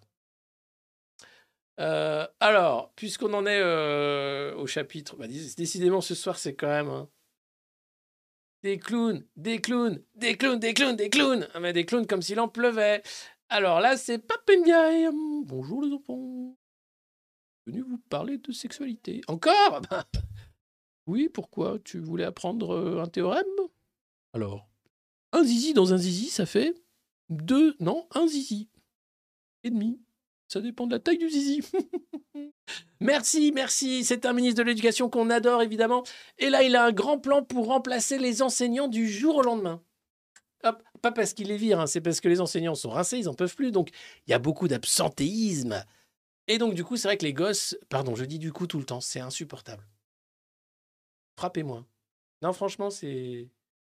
Euh, alors, puisqu'on en est euh, au chapitre, bah, décidément ce soir c'est quand même hein, des clowns, des clowns, des clowns, des clowns, des clowns, ah, mais des clowns comme s'il en pleuvait. Alors là c'est Papendiaï. Bonjour les enfants. Venu vous parler de sexualité. Encore? Oui, pourquoi? Tu voulais apprendre un théorème? Alors, un zizi dans un zizi, ça fait deux, non, un zizi et demi. Ça dépend de la taille du zizi. Merci, merci. C'est un ministre de l'Éducation qu'on adore, évidemment. Et là, il a un grand plan pour remplacer les enseignants du jour au lendemain. Hop, pas parce qu'il les vire, hein, c'est parce que les enseignants sont rincés, ils n'en peuvent plus. Donc, il y a beaucoup d'absentéisme. Et donc, du coup, c'est vrai que les gosses... Pardon, je dis du coup tout le temps. C'est insupportable. Frappez-moi. Non, franchement, c'est...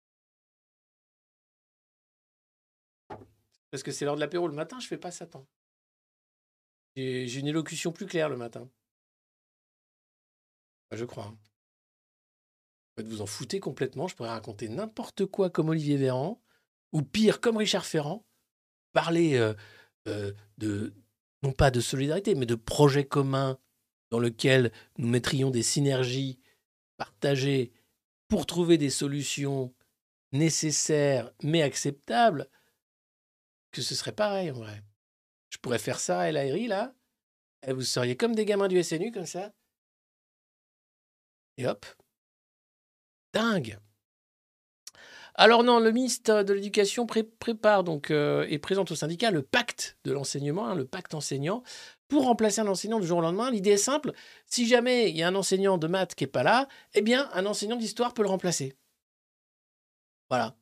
Parce que c'est l'heure de l'apéro. Le matin, je fais pas ça tant. J'ai, j'ai une élocution plus claire le matin. Je crois. En fait, vous en foutez complètement. Je pourrais raconter n'importe quoi comme Olivier Véran, ou pire, comme Richard Ferrand, parler euh, euh, de, non pas de solidarité, mais de projets communs dans lesquels nous mettrions des synergies partagées pour trouver des solutions nécessaires mais acceptables, que ce serait pareil en vrai. Je pourrais faire ça à l'A R I, là, et vous seriez comme des gamins du S N U, comme ça. Et hop. Dingue. Alors non, le ministre de l'Éducation pré- prépare donc euh, et présente au syndicat le pacte de l'enseignement, hein, le pacte enseignant, pour remplacer un enseignant du jour au lendemain. L'idée est simple, si jamais il y a un enseignant de maths qui n'est pas là, eh bien un enseignant d'histoire peut le remplacer. Voilà.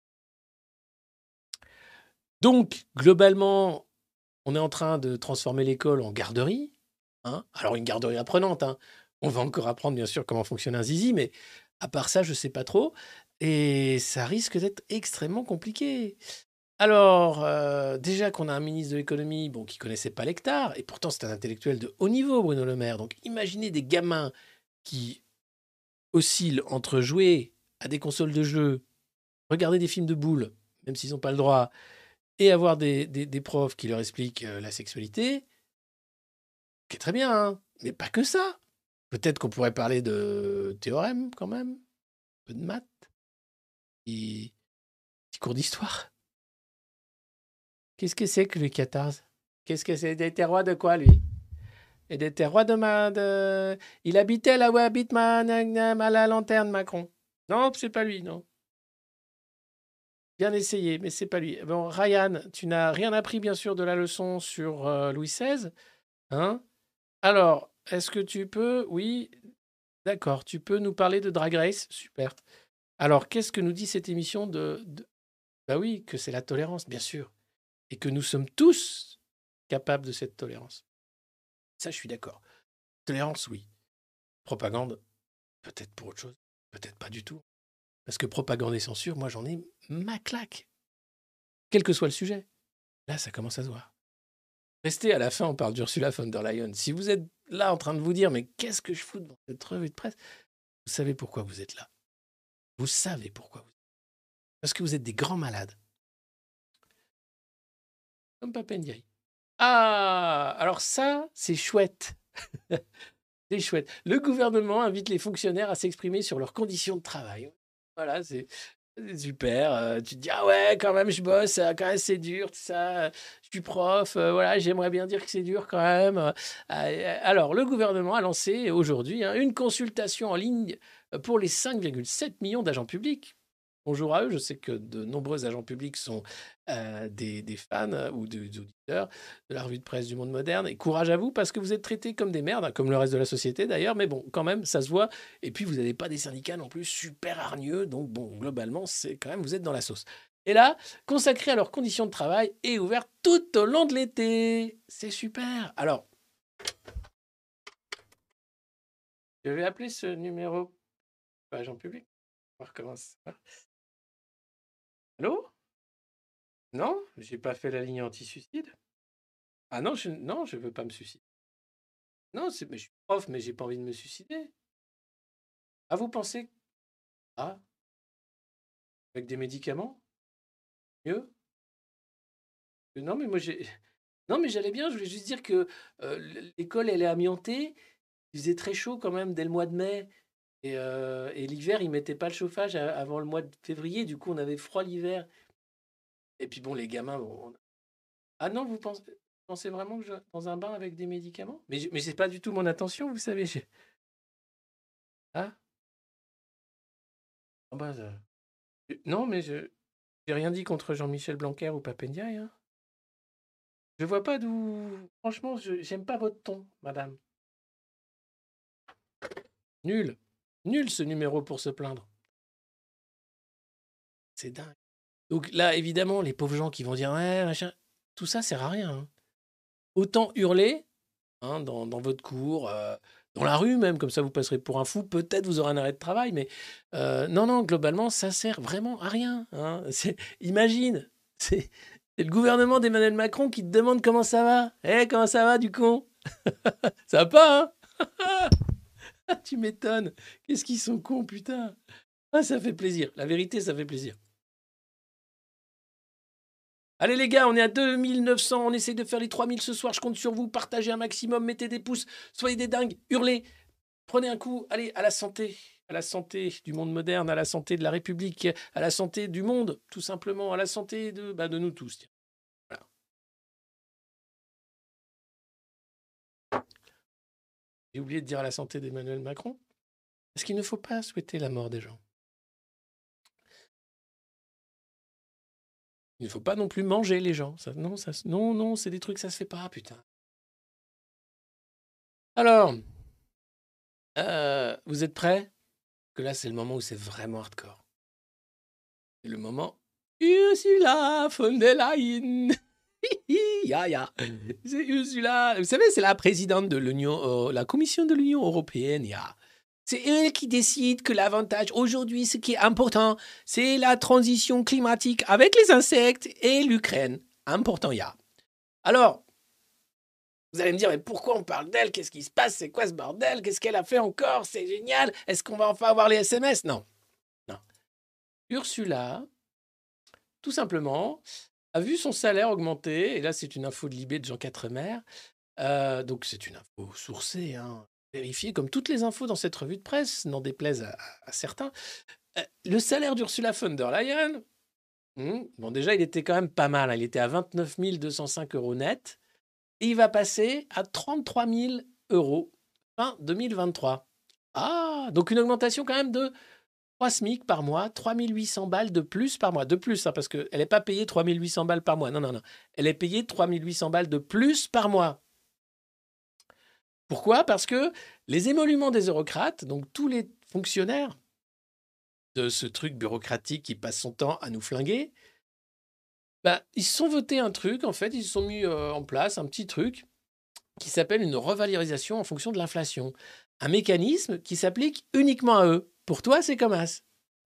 Donc, globalement, on est en train de transformer l'école en garderie. Hein. Alors une garderie apprenante, hein. On va encore apprendre bien sûr comment fonctionne un zizi, mais à part ça, je ne sais pas trop. Et ça risque d'être extrêmement compliqué. Alors, euh, déjà qu'on a un ministre de l'économie bon, qui ne connaissait pas l'hectare, et pourtant c'est un intellectuel de haut niveau, Bruno Le Maire. Donc imaginez des gamins qui oscillent entre jouer à des consoles de jeux, regarder des films de boules, même s'ils n'ont pas le droit, et avoir des, des, des profs qui leur expliquent euh, la sexualité, qui est très bien, hein, mais pas que ça. Peut-être qu'on pourrait parler de théorème quand même, un peu de maths. Petit, petit cours d'histoire. Qu'est-ce que c'est que Louis quatorze? Qu'est-ce que c'est? Il était roi de quoi, lui? Il était roi de ma... De... Il habitait là où habite ma... à la lanterne, Macron. Non, c'est pas lui, non. Bien essayé, mais c'est pas lui. Bon, Ryan, tu n'as rien appris, bien sûr, de la leçon sur euh, Louis seize. Hein? Alors, est-ce que tu peux... Oui, d'accord. Tu peux nous parler de Drag Race? Super. Alors, qu'est-ce que nous dit cette émission de... de... Bah oui, que c'est la tolérance, bien sûr. Et que nous sommes tous capables de cette tolérance. Ça, je suis d'accord. Tolérance, oui. Propagande, peut-être pour autre chose. Peut-être pas du tout. Parce que propagande et censure, moi, j'en ai ma claque. Quel que soit le sujet. Là, ça commence à se voir. Restez à la fin, on parle d'Ursula von der Leyen. Si vous êtes là en train de vous dire, mais qu'est-ce que je fous dans cette revue de presse? Vous savez pourquoi vous êtes là. Vous savez pourquoi vous êtes là. Parce que vous êtes des grands malades. Comme Papendiaï. Ah, alors ça, c'est chouette. C'est chouette. Le gouvernement invite les fonctionnaires à s'exprimer sur leurs conditions de travail. Voilà, c'est c'est super. Euh, tu te dis, ah ouais, quand même, je bosse, euh, quand même, c'est dur, tout ça. euh, Je suis prof, euh, voilà, j'aimerais bien dire que c'est dur quand même. Euh, euh, alors, le gouvernement a lancé aujourd'hui hein, une consultation en ligne pour les cinq virgule sept millions d'agents publics. Bonjour à eux, je sais que de nombreux agents publics sont euh, des, des fans euh, ou de- des auditeurs de la revue de presse du Monde Moderne. Et courage à vous parce que vous êtes traités comme des merdes, hein, comme le reste de la société d'ailleurs. Mais bon, quand même, ça se voit. Et puis, vous n'avez pas des syndicats non plus super hargneux. Donc, bon, globalement, c'est quand même, vous êtes dans la sauce. Et là, consacré à leurs conditions de travail et ouvert tout au long de l'été. C'est super. Alors, je vais appeler ce numéro agent public. On va voir comment ça va. Allô? Non, j'ai pas fait la ligne anti-suicide. Ah non, je non, je veux pas me suicider. Non, c'est mais je suis prof, mais j'ai pas envie de me suicider. Ah, vous pensez ah, avec des médicaments? Mieux? Euh, Non, mais moi j'ai non, mais j'allais bien, je voulais juste dire que euh, l- l'école elle est amiantée, il faisait très chaud quand même dès le mois de mai et, euh, et l'hiver, ils mettaient pas le chauffage a- avant le mois de février, du coup on avait froid l'hiver. Et puis bon, les gamins bon, on- Ah non, vous pensez pensez vraiment que je dans un bain avec des médicaments? Mais je- mais c'est pas du tout mon intention, vous savez. j'ai- Ah? Ah bah, euh, non, mais je j'ai rien dit contre Jean-Michel Blanquer ou Papendiaï, hein. Je vois pas d'où. Franchement, je j'aime pas votre ton, madame. Nul. Nul ce numéro pour se plaindre. C'est dingue. Donc là, évidemment, les pauvres gens qui vont dire ouais, machin, tout ça sert à rien, hein. Autant hurler hein, dans, dans votre cours, euh, dans la rue même, comme ça vous passerez pour un fou, peut-être vous aurez un arrêt de travail, mais euh, non, non, globalement, ça sert vraiment à rien, hein. C'est- imagine, c'est c'est le gouvernement d'Emmanuel Macron qui te demande comment ça va. Eh, comment ça va, du con? Ça va pas, hein? Tu m'étonnes. Qu'est-ce qu'ils sont cons, putain. Ah, ça fait plaisir. La vérité, ça fait plaisir. Allez les gars, on est à deux mille neuf cents, on essaye de faire les trois mille ce soir, je compte sur vous, partagez un maximum, mettez des pouces, soyez des dingues, hurlez, prenez un coup, allez, à la santé, à la santé du monde moderne, à la santé de la République, à la santé du monde, tout simplement, à la santé de, bah, de nous tous. Tiens. Voilà. J'ai oublié de dire à la santé d'Emmanuel Macron, parce qu'il ne faut pas souhaiter la mort des gens. Il ne faut pas non plus manger les gens. Ça, non, ça, non, non, c'est des trucs, ça se fait pas, putain. Alors, euh, vous êtes prêts? Parce que là, c'est le moment où c'est vraiment hardcore. C'est le moment Ursula von der Leyen. Ya, ya. C'est Ursula. Vous savez, c'est la présidente de l'Union, euh, la Commission de l'Union européenne. Ya. C'est elle qui décide que l'avantage aujourd'hui, ce qui est important, c'est la transition climatique avec les insectes et l'Ukraine. Important, ya. Alors, vous allez me dire, mais pourquoi on parle d'elle? Qu'est-ce qui se passe? C'est quoi ce bordel? Qu'est-ce qu'elle a fait encore? C'est génial. Est-ce qu'on va enfin avoir les S M S? Non. Non. Ursula, tout simplement, a vu son salaire augmenter. Et là, c'est une info de Libé de Jean Quatremer. Euh, donc, c'est une info sourcée, hein, vérifiée, comme toutes les infos dans cette revue de presse, n'en déplaise à, à certains. Euh, le salaire d'Ursula von der Leyen, hmm, bon, déjà, il était quand même pas mal, hein. Il était à vingt-neuf mille deux cent cinq euros net. Et il va passer à trente-trois mille euros fin deux mille vingt-trois. Ah, donc une augmentation quand même de trois SMIC par mois, trois mille huit cents balles de plus par mois. De plus, hein, parce qu'elle n'est pas payée trois mille huit cents balles par mois. Non, non, non. Elle est payée trois mille huit cents balles de plus par mois. Pourquoi? Parce que les émoluments des eurocrates, donc tous les fonctionnaires de ce truc bureaucratique qui passe son temps à nous flinguer, bah, ils se sont votés un truc, en fait, ils se sont mis euh, en place un petit truc qui s'appelle une revalorisation en fonction de l'inflation. Un mécanisme qui s'applique uniquement à eux. Pour toi, c'est comme as.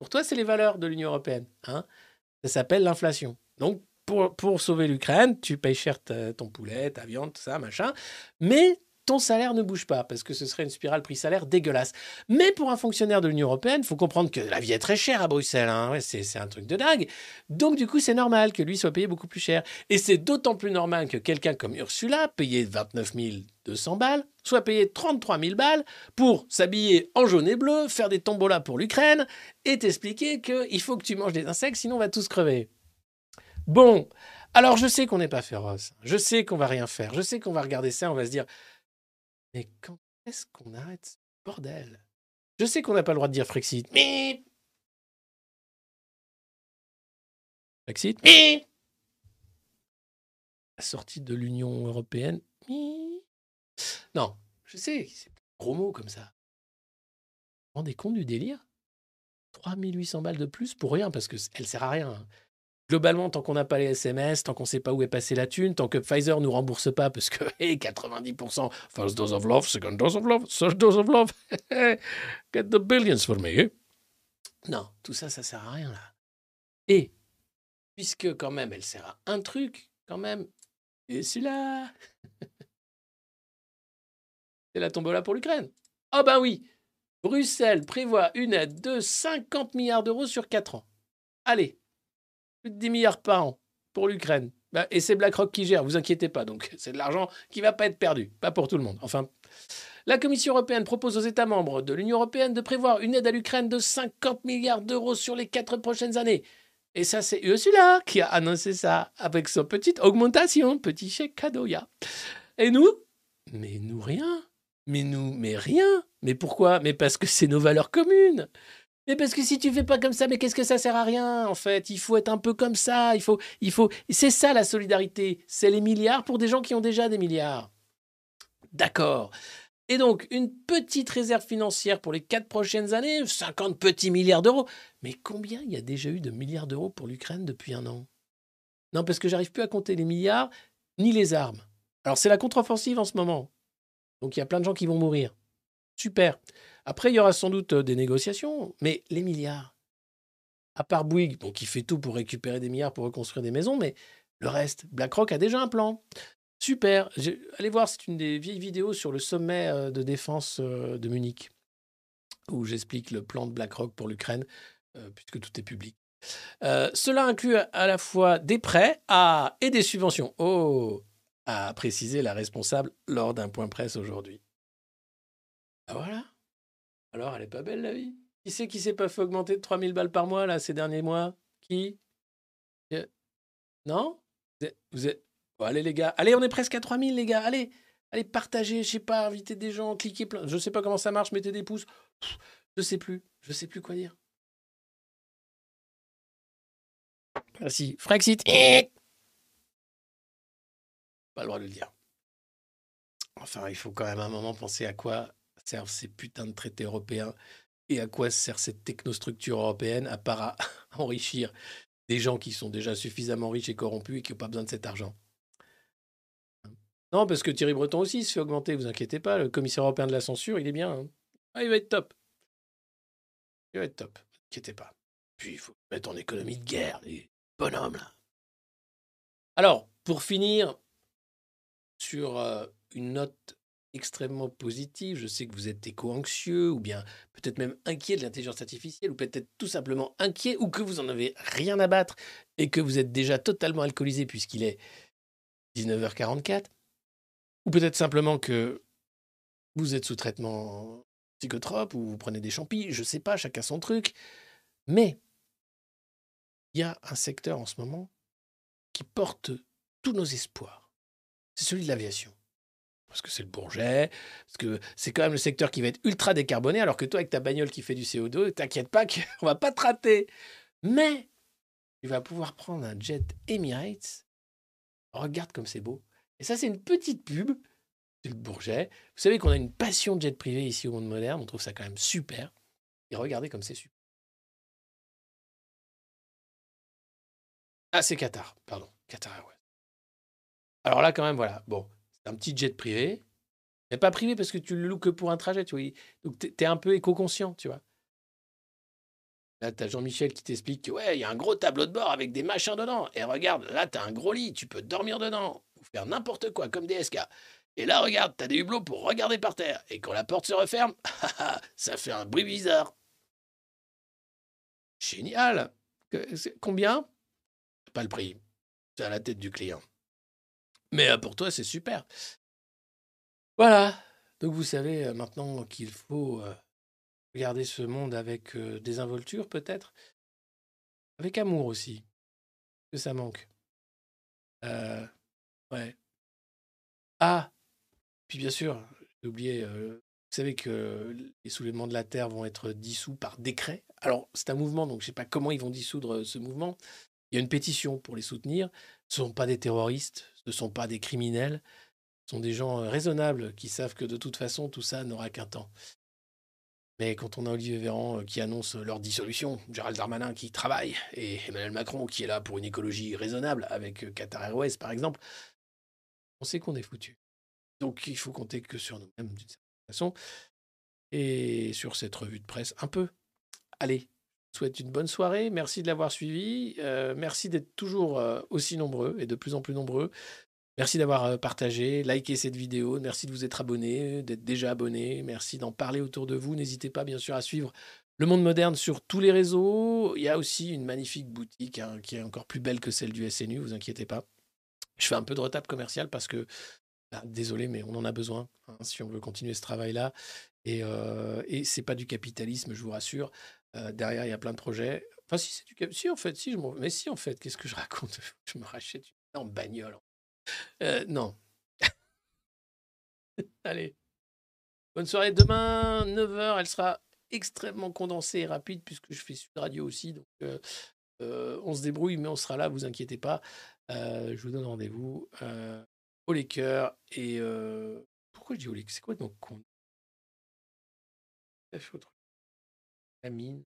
Pour toi, c'est les valeurs de l'Union européenne. Hein. Ça s'appelle l'inflation. Donc, pour, pour sauver l'Ukraine, tu payes cher ta- ton poulet, ta viande, tout ça, machin. Mais ton salaire ne bouge pas parce que ce serait une spirale prix-salaire dégueulasse. Mais pour un fonctionnaire de l'Union européenne, il faut comprendre que la vie est très chère à Bruxelles. Hein. Ouais, c'est, c'est un truc de dingue. Donc, du coup, c'est normal que lui soit payé beaucoup plus cher. Et c'est d'autant plus normal que quelqu'un comme Ursula, payé vingt-neuf mille deux cents balles, soit payé trente-trois mille balles pour s'habiller en jaune et bleu, faire des tombolas pour l'Ukraine et t'expliquer qu'il faut que tu manges des insectes, sinon on va tous crever. Bon, alors je sais qu'on n'est pas féroce. Je sais qu'on va rien faire. Je sais qu'on va regarder ça, on va se dire mais quand est-ce qu'on arrête ce bordel? Je sais qu'on n'a pas le droit de dire Frexit. Mais Frexit. Mais la sortie de l'Union européenne. Mais non, je sais, c'est un gros mot comme ça. Vous vous rendez compte du délire? trois mille huit cents balles de plus pour rien, parce qu'elle sert à rien. Globalement, tant qu'on n'a pas les S M S, tant qu'on ne sait pas où est passée la thune, tant que Pfizer ne nous rembourse pas, parce que hey, quatre-vingt-dix pour cent first dose of love, second dose of love, third dose of love, get the billions for me. Eh? Non, tout ça, ça sert à rien là. Et puisque quand même, elle sert à un truc, quand même, et celui-là, c'est la tombola pour l'Ukraine. Ah ben oui, Bruxelles prévoit une aide de cinquante milliards d'euros sur quatre ans. Allez, plus de dix milliards par an pour l'Ukraine. Bah, et c'est BlackRock qui gère, vous inquiétez pas. Donc c'est de l'argent qui ne va pas être perdu, pas pour tout le monde. Enfin, la Commission européenne propose aux États membres de l'Union européenne de prévoir une aide à l'Ukraine de cinquante milliards d'euros sur les quatre prochaines années. Et ça, c'est Ursula qui a annoncé ça avec sa petite augmentation, petit chèque cadeau. Ya. Et nous? Mais nous, rien. Mais nous, mais rien. Mais pourquoi? Mais parce que c'est nos valeurs communes. Mais parce que si tu fais pas comme ça, mais qu'est-ce que ça sert à rien, en fait? Il faut être un peu comme ça. Il faut, il faut... C'est ça, la solidarité. C'est les milliards pour des gens qui ont déjà des milliards. D'accord. Et donc, une petite réserve financière pour les quatre prochaines années, cinquante petits milliards d'euros. Mais combien il y a déjà eu de milliards d'euros pour l'Ukraine depuis un an? Non, parce que j'arrive plus à compter les milliards, ni les armes. Alors, c'est la contre-offensive en ce moment. Donc, il y a plein de gens qui vont mourir. Super. Après, il y aura sans doute des négociations, mais les milliards. À part Bouygues, bon, qui fait tout pour récupérer des milliards pour reconstruire des maisons, mais le reste, BlackRock a déjà un plan. Super. J'ai... Allez voir, c'est une des vieilles vidéos sur le sommet de défense de Munich, où j'explique le plan de BlackRock pour l'Ukraine, euh, puisque tout est public. Euh, cela inclut à la fois des prêts à... et des subventions. Oh, a précisé la responsable lors d'un point presse aujourd'hui. Ah voilà. Alors, elle est pas belle, la vie. Qui c'est qui s'est pas fait augmenter de trois mille balles par mois, là, ces derniers mois? Qui? Euh, Non? Vous êtes... Vous êtes... Bon, allez, les gars. Allez, on est presque à trois mille, les gars. Allez, allez, partagez, je sais pas, invitez des gens, cliquez plein. Je sais pas comment ça marche, mettez des pouces. Pff, je sais plus. Je sais plus quoi dire. Merci. Frexit. Pas le droit de le dire. Enfin, il faut quand même un moment penser à quoi servent ces putains de traités européens et à quoi sert cette technostructure européenne à part à enrichir des gens qui sont déjà suffisamment riches et corrompus et qui n'ont pas besoin de cet argent. Non, parce que Thierry Breton aussi se fait augmenter, vous inquiétez pas, le commissaire européen de la censure, il est bien. Hein. Ah, il va être top. Il va être top, ne vous inquiétez pas. Puis il faut mettre en économie de guerre, les bonhommes là. Alors, pour finir, sur euh, une note extrêmement positive, je sais que vous êtes éco-anxieux, ou bien peut-être même inquiet de l'intelligence artificielle, ou peut-être tout simplement inquiet, ou que vous en avez rien à battre, et que vous êtes déjà totalement alcoolisé puisqu'il est dix-neuf heures quarante-quatre, ou peut-être simplement que vous êtes sous traitement psychotrope, ou vous prenez des champis, je sais pas, chacun son truc, mais il y a un secteur en ce moment qui porte tous nos espoirs. C'est celui de l'aviation. Parce que c'est le Bourget, parce que c'est quand même le secteur qui va être ultra décarboné, alors que toi, avec ta bagnole qui fait du C O deux, t'inquiète pas qu'on va pas te rater. Mais tu vas pouvoir prendre un jet Emirates. Regarde comme c'est beau. Et ça, c'est une petite pub. C'est le Bourget. Vous savez qu'on a une passion de jet privé ici au monde moderne. On trouve ça quand même super. Et regardez comme c'est super. Ah, c'est Qatar. Pardon. Qatar Airways. Alors là, quand même, voilà. Bon. Un petit jet privé, mais pas privé parce que tu le loues que pour un trajet, tu vois. Donc, tu es un peu éco-conscient, tu vois. Là, t'as Jean-Michel qui t'explique que ouais, il y a un gros tableau de bord avec des machins dedans. Et regarde, là, t'as un gros lit, tu peux dormir dedans ou faire n'importe quoi comme des S K. Et là, regarde, t'as des hublots pour regarder par terre. Et quand la porte se referme, ça fait un bruit bizarre. Génial. Combien? Pas le prix. C'est à la tête du client. Mais euh, pour toi, c'est super. Voilà. Donc vous savez euh, maintenant qu'il faut euh, regarder ce monde avec euh, désinvolture peut-être. Avec amour aussi. Que ça manque. Euh, ouais. Ah. Puis bien sûr, j'ai oublié, euh, vous savez que les soulèvements de la Terre vont être dissous par décret. Alors, c'est un mouvement, donc je ne sais pas comment ils vont dissoudre ce mouvement. Il y a une pétition pour les soutenir. Ce ne sont pas des terroristes, ce ne sont pas des criminels. Ce sont des gens raisonnables qui savent que de toute façon, tout ça n'aura qu'un temps. Mais quand on a Olivier Véran qui annonce leur dissolution, Gérald Darmanin qui travaille, et Emmanuel Macron qui est là pour une écologie raisonnable, avec Qatar Airways par exemple, on sait qu'on est foutu. Donc il faut compter que sur nous-mêmes d'une certaine façon, et sur cette revue de presse un peu. Allez, je vous souhaite une bonne soirée, merci de l'avoir suivi, euh, merci d'être toujours euh, aussi nombreux, et de plus en plus nombreux. Merci d'avoir euh, partagé, liké cette vidéo, merci de vous être abonné, d'être déjà abonné, merci d'en parler autour de vous. N'hésitez pas bien sûr à suivre Le Monde Moderne sur tous les réseaux. Il y a aussi une magnifique boutique hein, qui est encore plus belle que celle du S N U, vous inquiétez pas. Je fais un peu de retape commercial parce que ah, désolé, mais on en a besoin hein, si on veut continuer ce travail-là. Et, euh, et c'est pas du capitalisme, je vous rassure. Euh, derrière, il y a plein de projets. Enfin, si c'est du capitalisme. Si, en fait, si, je m'en... mais si, en fait, qu'est-ce que je raconte? Je me rachète une énorme bagnole. Euh, non. Allez. Bonne soirée. Demain, neuf heures, elle sera extrêmement condensée et rapide puisque je fais Sud Radio aussi. Donc, euh, euh, on se débrouille, mais on sera là, vous inquiétez pas. Euh, je vous donne rendez-vous. Euh, au Laker et euh... pourquoi je dis au Laker? C'est quoi donc con? La mine.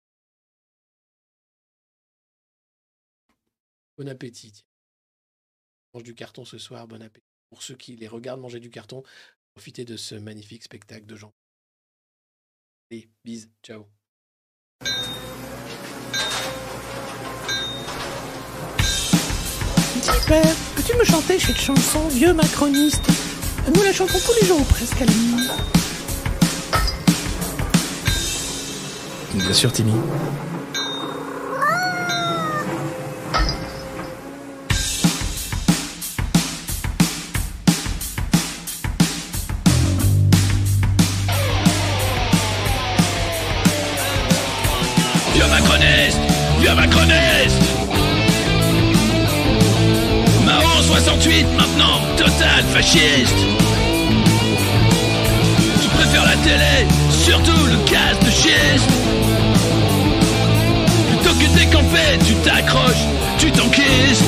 Bon appétit. Tiens. Mange du carton ce soir, bon appétit. Pour ceux qui les regardent manger du carton, profitez de ce magnifique spectacle de gens. Allez, bis, ciao. Père, peux-tu me chanter cette chanson, vieux macroniste? Nous la chantons tous les jours presque à la nuit. Bien sûr, Timmy. Vieux macroniste, vieux macroniste. Mao soixante-huit, maintenant, total fasciste. Tu préfères la télé, surtout le gaz de schiste. Plutôt que décamper, tu t'accroches, tu t'enquistes.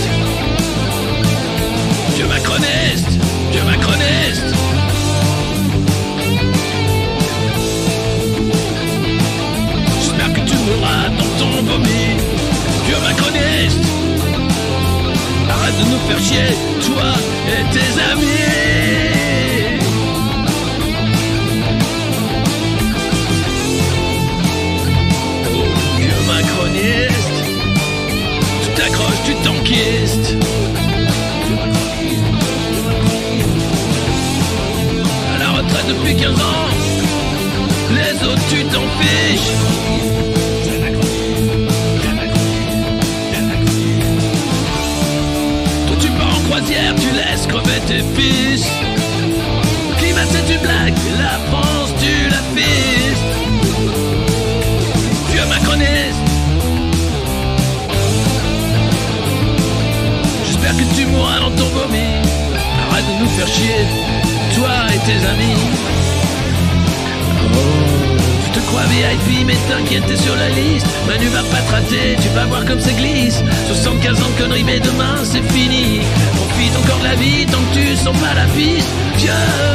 Vieux macroniste, vieux macroniste. J'espère que tu mourras dans ton vomi. Vieux macroniste. Arrête de nous faire chier, toi et tes amis. Oh, vieux macroniste. Tu t'accroches, tu t'enquistes. À la retraite depuis quinze ans, les autres tu t'en fiches. Croisière, tu laisses crever tes fils. Le climat c'est une blague, la France tu la fistes. Vieux macroniste. J'espère que tu mourras dans ton vomi. Arrête de nous faire chier, toi et tes amis. Oh, tu te crois V I P mais t'inquiète t'es sur la liste. Manu va pas te rater, tu vas voir comme ça glisse. Soixante-quinze ans de conneries mais demain c'est fini. Profite encore de la vie tant que tu sens pas la piste. Vieux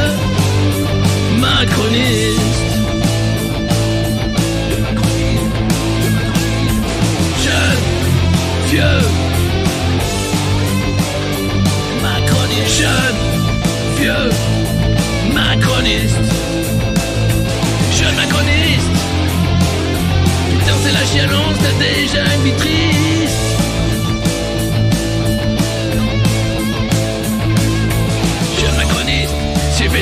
macroniste. Jeune, vieux macroniste. Jeune, vieux macroniste. Jeune macroniste. Putain c'est la chialante.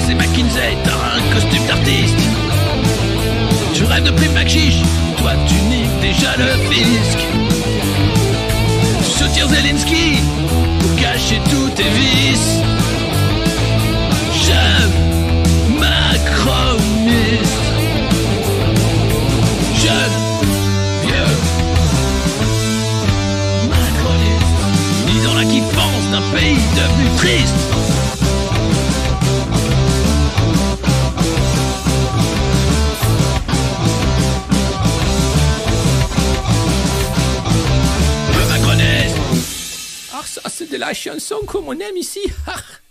c'est McKinsey, t'as un costume d'artiste. Tu rêves de prime chiche, toi tu niques déjà le fisc. Tu soutiens Zelensky pour cacher tous tes vices. Jeune macroniste, jeune vieux macroniste, ni dans la kiffance d'un pays devenu triste. Le macroniste. Ah, ça, c'est de la chanson comme on aime ici.